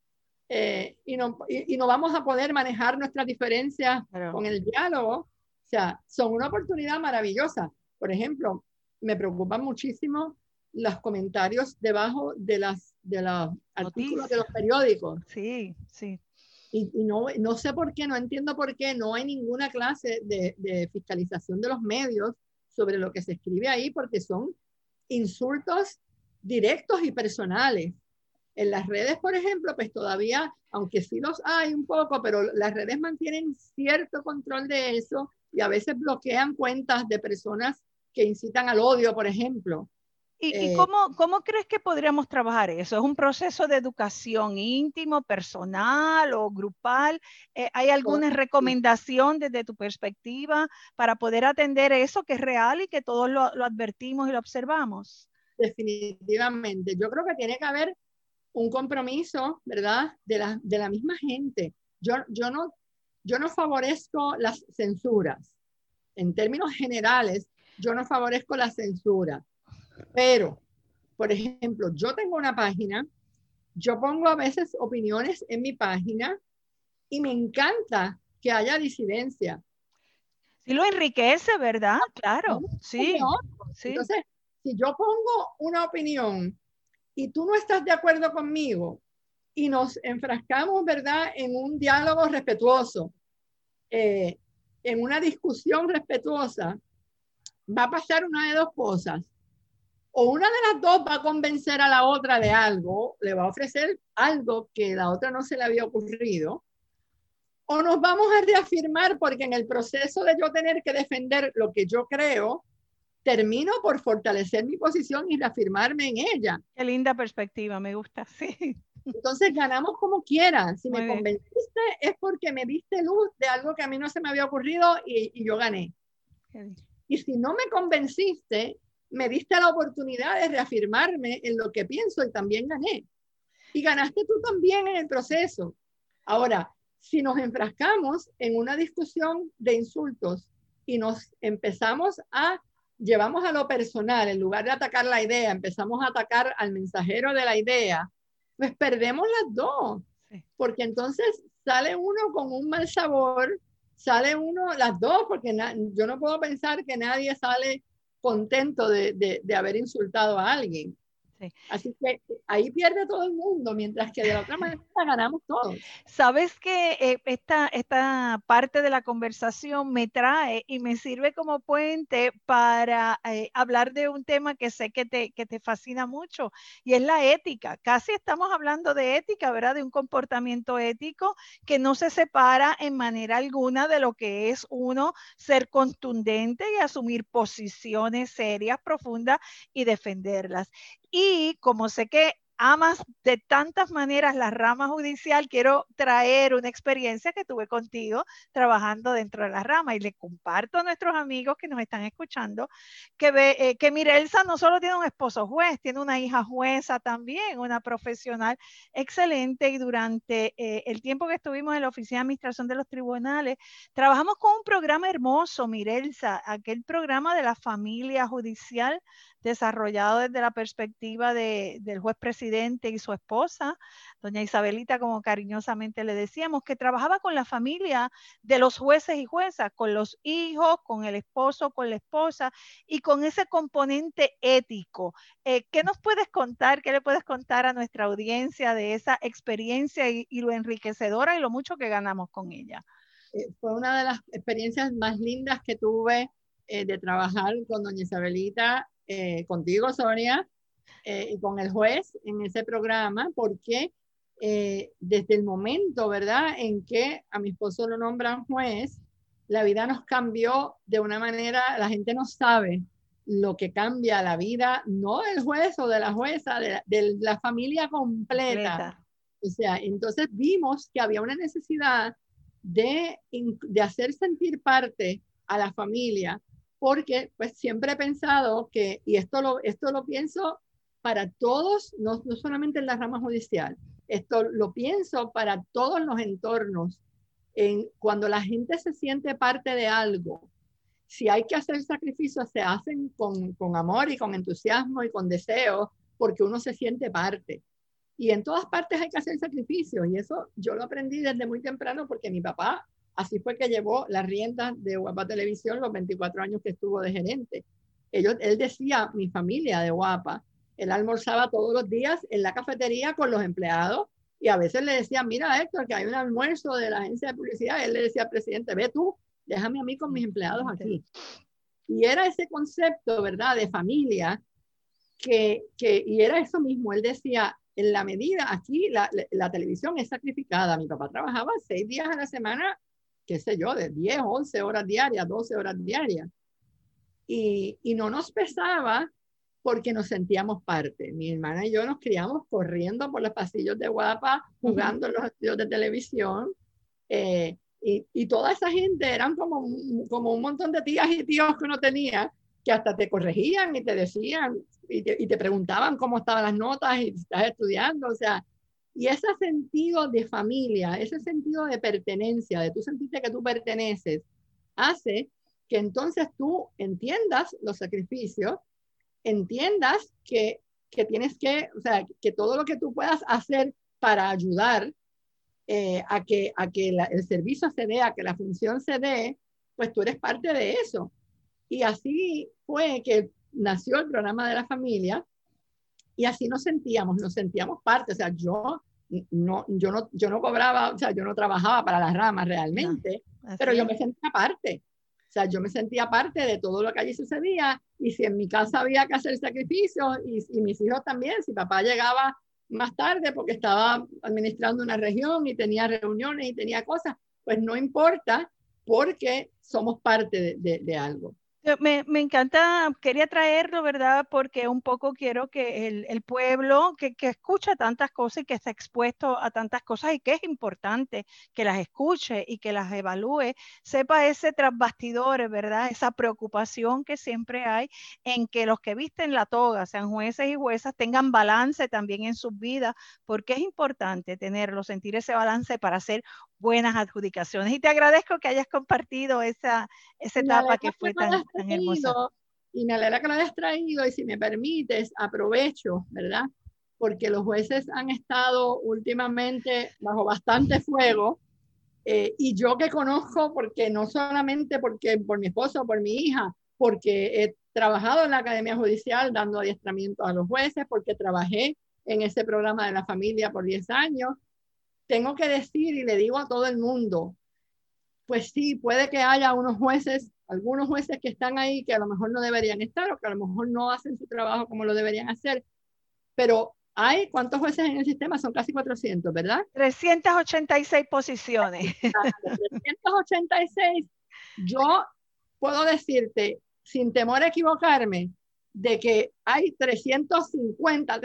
S3: y no vamos a poder manejar nuestras diferencias con el diálogo. O sea, son una oportunidad maravillosa. Por ejemplo, me preocupan muchísimo los comentarios debajo de los artículos de los periódicos.
S2: Sí, sí.
S3: Y no sé por qué, no entiendo por qué no hay ninguna clase de fiscalización de los medios sobre lo que se escribe ahí, porque son insultos directos y personales. En las redes, por ejemplo, pues todavía, aunque sí los hay un poco, pero las redes mantienen cierto control de eso y a veces bloquean cuentas de personas que incitan al odio, por ejemplo.
S2: ¿Y cómo crees que podríamos trabajar eso? ¿Es un proceso de educación íntimo, personal o grupal? ¿Hay alguna recomendación desde tu perspectiva para poder atender eso que es real y que todos lo advertimos y lo observamos?
S3: Definitivamente. Yo creo que tiene que haber un compromiso, ¿verdad? De la misma gente. Yo no favorezco las censuras. En términos generales, yo no favorezco la censura. Pero, por ejemplo, yo tengo una página, yo pongo a veces opiniones en mi página y me encanta que haya disidencia.
S2: Sí, lo enriquece, ¿verdad? Claro, sí.
S3: Entonces, si yo pongo una opinión y tú no estás de acuerdo conmigo y nos enfrascamos, ¿verdad?, en un diálogo respetuoso, en una discusión respetuosa, va a pasar una de dos cosas. O una de las dos va a convencer a la otra de algo, le va a ofrecer algo que la otra no se le había ocurrido, o nos vamos a reafirmar porque en el proceso de yo tener que defender lo que yo creo, termino por fortalecer mi posición y reafirmarme en ella.
S2: Qué linda perspectiva, me gusta, sí.
S3: Entonces ganamos como quiera. Si me convenciste es porque me diste luz de algo que a mí no se me había ocurrido y yo gané. Y si no me convenciste, me diste la oportunidad de reafirmarme en lo que pienso y también gané. Y ganaste tú también en el proceso. Ahora, si nos enfrascamos en una discusión de insultos y nos llevamos a lo personal, en lugar de atacar la idea, empezamos a atacar al mensajero de la idea, pues perdemos las dos. Sí. Porque entonces sale uno con un mal sabor, sale uno, las dos, porque yo no puedo pensar que nadie sale contento de haber insultado a alguien. Sí. Así que ahí pierde todo el mundo, mientras que de la otra manera ganamos todos.
S2: Sabes que esta parte de la conversación me trae y me sirve como puente para hablar de un tema que sé que te fascina mucho, y es la ética. Casi estamos hablando de ética, ¿verdad? De un comportamiento ético que no se separa en manera alguna de lo que es uno ser contundente y asumir posiciones serias, profundas y defenderlas. Y como sé que amas de tantas maneras la rama judicial, quiero traer una experiencia que tuve contigo trabajando dentro de la rama, y le comparto a nuestros amigos que nos están escuchando que Mirelsa no solo tiene un esposo juez, tiene una hija jueza también, una profesional excelente, y durante el tiempo que estuvimos en la Oficina de Administración de los Tribunales, trabajamos con un programa hermoso, Mirelsa, aquel programa de la familia judicial desarrollado desde la perspectiva del juez presidente y su esposa, doña Isabelita, como cariñosamente le decíamos, que trabajaba con la familia de los jueces y juezas, con los hijos, con el esposo, con la esposa, y con ese componente ético. ¿Qué nos puedes contar? ¿Qué le puedes contar a nuestra audiencia de esa experiencia y lo enriquecedora y lo mucho que ganamos con ella?
S3: Fue una de las experiencias más lindas que tuve de trabajar con doña Isabelita, contigo, Sonia, y con el juez en ese programa, porque desde el momento, ¿verdad?, en que a mi esposo lo nombran juez, la vida nos cambió de una manera, la gente no sabe lo que cambia la vida, no del juez o de la jueza, de la familia completa. O sea, entonces vimos que había una necesidad de hacer sentir parte a la familia, porque pues siempre he pensado que, y esto lo pienso para todos, no solamente en la rama judicial, esto lo pienso para todos los entornos, cuando la gente se siente parte de algo, si hay que hacer sacrificios, se hacen con amor y con entusiasmo y con deseo, porque uno se siente parte. Y en todas partes hay que hacer sacrificios, y eso yo lo aprendí desde muy temprano, porque mi papá así fue que llevó las riendas de Guapa Televisión los 24 años que estuvo de gerente. Él decía, mi familia de Guapa, él almorzaba todos los días en la cafetería con los empleados, y a veces le decía, mira Héctor, que hay un almuerzo de la agencia de publicidad. Él le decía al presidente, ve tú, déjame a mí con mis empleados aquí. Y era ese concepto, ¿verdad?, de familia, y era eso mismo. Él decía, en la medida, aquí la televisión es sacrificada. Mi papá trabajaba 6 días a la semana, qué sé yo, de 10, 11 horas diarias, 12 horas diarias. Y no nos pesaba porque nos sentíamos parte. Mi hermana y yo nos criamos corriendo por los pasillos de Guapa, jugando en los estudios de televisión. Y toda esa gente eran como un montón de tías y tíos que uno tenía, que hasta te corregían y te decían, y te preguntaban cómo estaban las notas y si estás estudiando. O sea, y ese sentido de familia, ese sentido de pertenencia, de tú sentirte que tú perteneces, hace que entonces tú entiendas los sacrificios, entiendas que tienes que, o sea, que todo lo que tú puedas hacer para ayudar a que el servicio se dé, a que la función se dé, pues tú eres parte de eso. Y así fue que nació el programa de la familia, y así nos sentíamos parte. O sea, yo no cobraba, o sea, yo no trabajaba para las ramas realmente, pero yo me sentía parte. O sea, yo me sentía parte de todo lo que allí sucedía, y si en mi casa había que hacer sacrificios, y mis hijos también, si papá llegaba más tarde porque estaba administrando una región y tenía reuniones y tenía cosas, pues no importa, porque somos parte de algo.
S2: Me encanta, quería traerlo, ¿verdad? Porque un poco quiero que el pueblo que escucha tantas cosas y que está expuesto a tantas cosas y que es importante que las escuche y que las evalúe, sepa ese tras bastidores, ¿verdad? Esa preocupación que siempre hay en que los que visten la toga, sean jueces y juezas, tengan balance también en sus vidas, porque es importante tenerlo, sentir ese balance para hacer buenas adjudicaciones. Y te agradezco que hayas compartido esa etapa que fue tan hermosa.
S3: Y me alegra que lo hayas traído, y si me permites, aprovecho, ¿verdad? Porque los jueces han estado últimamente bajo bastante fuego, y yo que conozco, porque no solamente porque por mi esposo, por mi hija, porque he trabajado en la Academia Judicial dando adiestramiento a los jueces, porque trabajé en ese programa de la familia por 10 años, tengo que decir, y le digo a todo el mundo, pues sí, puede que haya algunos jueces que están ahí que a lo mejor no deberían estar, o que a lo mejor no hacen su trabajo como lo deberían hacer, pero ¿cuántos jueces en el sistema? Son casi 400, ¿verdad?
S2: 386 posiciones.
S3: 386. Yo puedo decirte, sin temor a equivocarme, de que hay 350,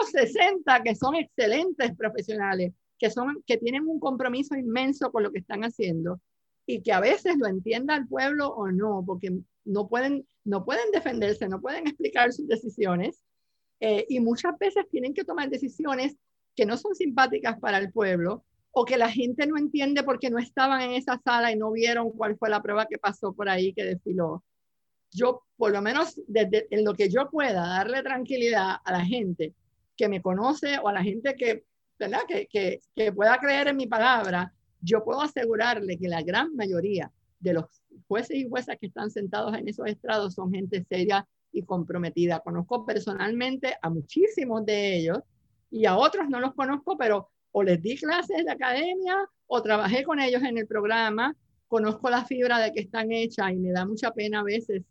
S3: 360 que son excelentes profesionales, que tienen un compromiso inmenso con lo que están haciendo y que a veces lo entienda el pueblo o no, porque no pueden defenderse, no pueden explicar sus decisiones y muchas veces tienen que tomar decisiones que no son simpáticas para el pueblo o que la gente no entiende porque no estaban en esa sala y no vieron cuál fue la prueba que pasó por ahí, que desfiló. Yo, por lo menos en lo que yo pueda darle tranquilidad a la gente que me conoce o a la gente que, ¿verdad? que pueda creer en mi palabra, yo puedo asegurarle que la gran mayoría de los jueces y juezas que están sentados en esos estrados son gente seria y comprometida. Conozco personalmente a muchísimos de ellos y a otros no los conozco, pero o les di clases de academia o trabajé con ellos en el programa. Conozco la fibra de que están hechas y me da mucha pena a veces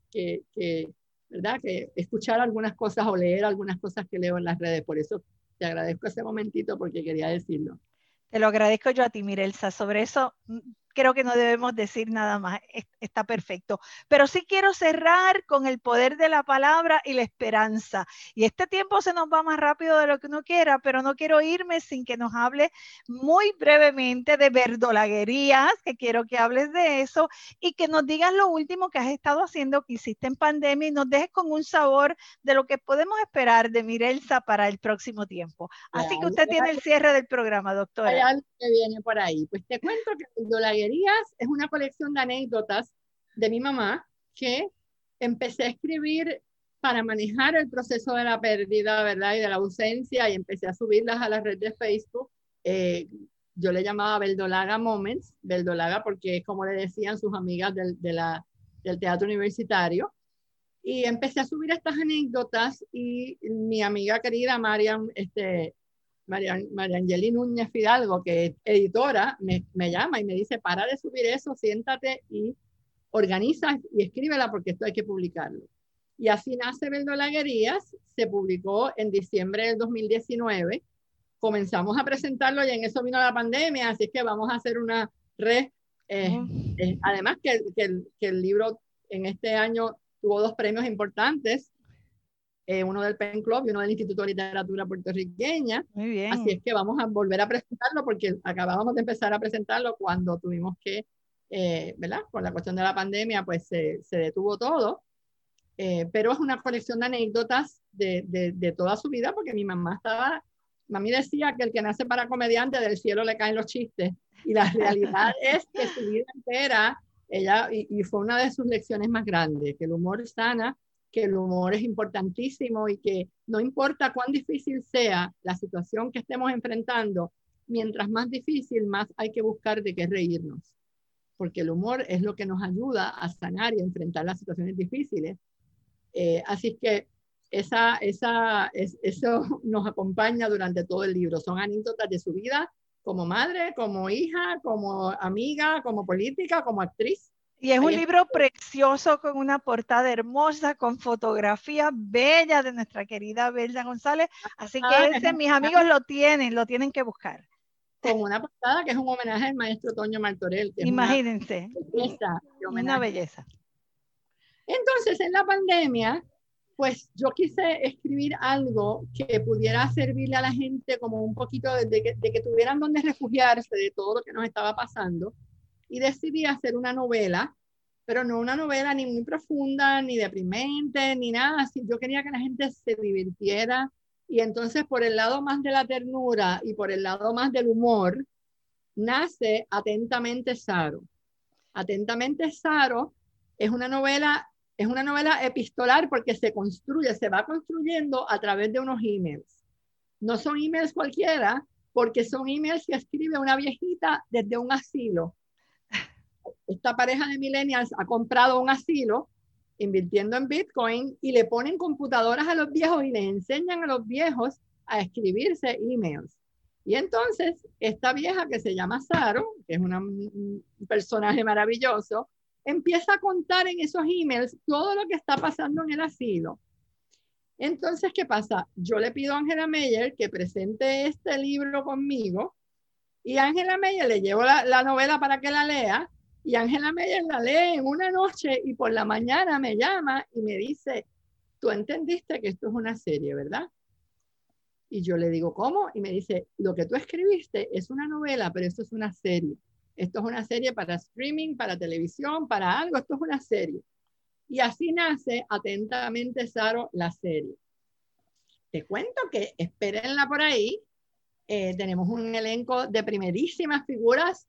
S3: ¿verdad? Que escuchar algunas cosas o leer algunas cosas que leo en las redes. Por eso te agradezco ese momentito porque quería decirlo.
S2: Te lo agradezco yo a ti, Mirelsa. Sobre eso creo que no debemos decir nada más. Está perfecto. Pero sí quiero cerrar con el poder de la palabra y la esperanza. Y este tiempo se nos va más rápido de lo que uno quiera, pero no quiero irme sin que nos hable muy brevemente de verdolaguerías, que quiero que hables de eso y que nos digas lo último que has estado haciendo, que hiciste en pandemia y nos dejes con un sabor de lo que podemos esperar de Mirelsa para el próximo tiempo. Así que usted tiene el cierre del programa, doctora.
S3: Hay algo que viene por ahí. Pues te cuento que Verdolaguerías es una colección de anécdotas de mi mamá que empecé a escribir para manejar el proceso de la pérdida, ¿verdad? Y de la ausencia, y empecé a subirlas a la red de Facebook. Yo le llamaba Verdolaga Moments, Verdolaga porque es como le decían sus amigas del teatro universitario. Y empecé a subir estas anécdotas y mi amiga querida María Angeli Núñez Fidalgo, que es editora, me llama y me dice, para de subir eso, siéntate y organiza y escríbela porque esto hay que publicarlo. Y así nace Verdolaguerías, se publicó en diciembre del 2019, comenzamos a presentarlo y en eso vino la pandemia, así es que vamos a hacer una red. Además que el libro en este año tuvo 2 premios importantes, uno del Pen Club y uno del Instituto de Literatura Puertorriqueña.
S2: Muy bien.
S3: Así es que vamos a volver a presentarlo porque acabábamos de empezar a presentarlo cuando tuvimos que, ¿verdad? Por la cuestión de la pandemia, pues se detuvo todo. Pero es una colección de anécdotas de toda su vida porque mi mamá decía que el que nace para comediante del cielo le caen los chistes. Y la realidad es que su vida entera, ella, y fue una de sus lecciones más grandes, que el humor sana, que el humor es importantísimo y que no importa cuán difícil sea la situación que estemos enfrentando, mientras más difícil, más hay que buscar de qué reírnos. Porque el humor es lo que nos ayuda a sanar y a enfrentar las situaciones difíciles. Así que eso nos acompaña durante todo el libro. Son anécdotas de su vida como madre, como hija, como amiga, como política, como actriz.
S2: Y es un libro precioso con una portada hermosa, con fotografías bellas de nuestra querida Belda González. Así que mis amigos lo tienen que buscar.
S3: Con una portada que es un homenaje al maestro Toño Martorell. Que
S2: imagínense,
S3: una belleza. Entonces, en la pandemia, pues yo quise escribir algo que pudiera servirle a la gente como un poquito de que tuvieran donde refugiarse de todo lo que nos estaba pasando. Y decidí hacer una novela, pero no una novela ni muy profunda, ni deprimente, ni nada así. Yo quería que la gente se divirtiera. Y entonces, por el lado más de la ternura y por el lado más del humor, nace Atentamente Saro. Atentamente Saro es una novela epistolar porque se va construyendo a través de unos emails. No son emails cualquiera, porque son emails que escribe una viejita desde un asilo. Esta pareja de millennials ha comprado un asilo invirtiendo en Bitcoin y le ponen computadoras a los viejos y les enseñan a los viejos a escribirse emails. Y entonces esta vieja que se llama Saro, que es un personaje maravilloso, empieza a contar en esos emails todo lo que está pasando en el asilo. Entonces, ¿qué pasa? Yo le pido a Angela Meyer que presente este libro conmigo y a Angela Meyer le llevo la novela para que la lea y Angela Meyer la lee en una noche y por la mañana me llama y me dice, tú entendiste que esto es una serie, ¿verdad? Y yo le digo, ¿cómo? Y me dice, lo que tú escribiste es una novela, pero esto es una serie. Esto es una serie para streaming, para televisión, para algo, esto es una serie. Y así nace Atentamente Saro, la serie. Te cuento que espérenla por ahí. Tenemos un elenco de primerísimas figuras.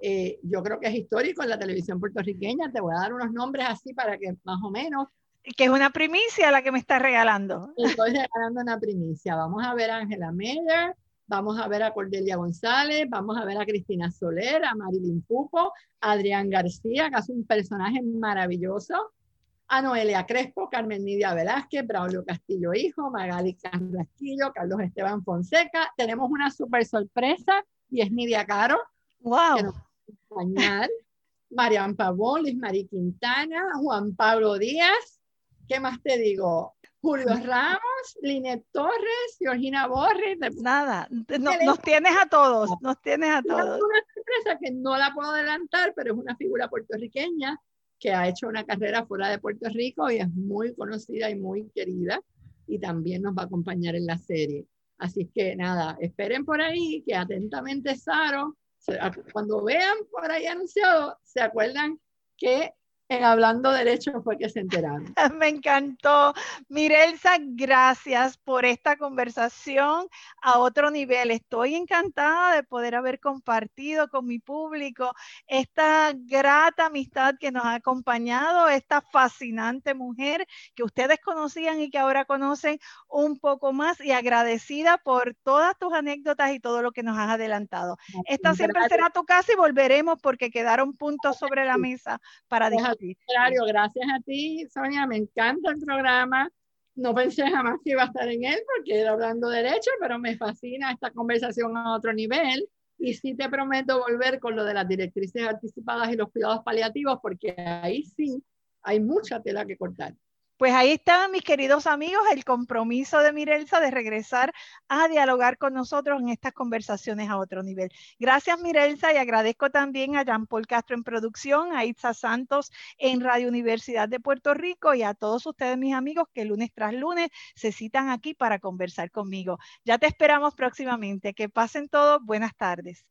S3: Yo creo que es histórico en la televisión puertorriqueña. Te voy a dar unos nombres así para que más o menos.
S2: Que es una primicia la que me estás regalando.
S3: Estoy regalando una primicia. Vamos a ver a Angela Meyer, vamos a ver a Cordelia González, vamos a ver a Cristina Soler, a Marilyn Pupo, a Adrián García, que hace un personaje maravilloso, a Noelia Crespo, Carmen Nidia Velázquez, Braulio Castillo Hijo, Magali Carrasquillo, Carlos Esteban Fonseca. Tenemos una súper sorpresa y es Nidia Caro,
S2: wow,
S3: que nos va a acompañar. Marian Pavón, Liz Marí Quintana, Juan Pablo Díaz. ¿Qué más te digo? Julio Ramos, Linet Torres, Georgina Borges.
S2: Nada, nos tienes a todos, nos tienes a todos.
S3: Es una sorpresa que no la puedo adelantar, pero es una figura puertorriqueña que ha hecho una carrera fuera de Puerto Rico y es muy conocida y muy querida, y también nos va a acompañar en la serie. Así que nada, esperen por ahí que Atentamente Saro, cuando vean por ahí anunciado, se acuerdan que en Hablando Derecho fue que se enteraron.
S2: Me encantó. Mirelsa, gracias por esta conversación a otro nivel. Estoy encantada de poder haber compartido con mi público esta grata amistad que nos ha acompañado, esta fascinante mujer que ustedes conocían y que ahora conocen un poco más, y agradecida por todas tus anécdotas y todo lo que nos has adelantado. Esta siempre será tu casa y volveremos porque quedaron puntos sobre la mesa para discutir.
S3: Gracias a ti, Sonia, me encanta el programa. No pensé jamás que iba a estar en él porque era Hablando Derecho, pero me fascina esta conversación a otro nivel. Y sí te prometo volver con lo de las directrices anticipadas y los cuidados paliativos, porque ahí sí hay mucha tela que cortar.
S2: Pues ahí están, mis queridos amigos, el compromiso de Mirelsa de regresar a dialogar con nosotros en estas conversaciones a otro nivel. Gracias, Mirelsa, y agradezco también a Jean Paul Castro en producción, a Itza Santos en Radio Universidad de Puerto Rico, y a todos ustedes, mis amigos, que lunes tras lunes se citan aquí para conversar conmigo. Ya te esperamos próximamente. Que pasen todos. Buenas tardes.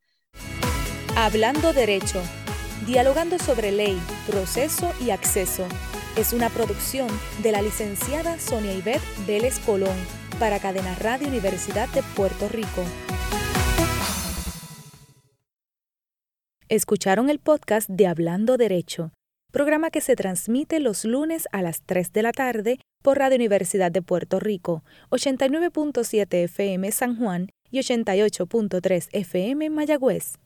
S1: Hablando Derecho, dialogando sobre ley, proceso y acceso. Es una producción de la licenciada Sonia Ivette Vélez Colón para Cadena Radio Universidad de Puerto Rico. Escucharon el podcast de Hablando Derecho, programa que se transmite los lunes a las 3 de la tarde por Radio Universidad de Puerto Rico, 89.7 FM San Juan y 88.3 FM Mayagüez.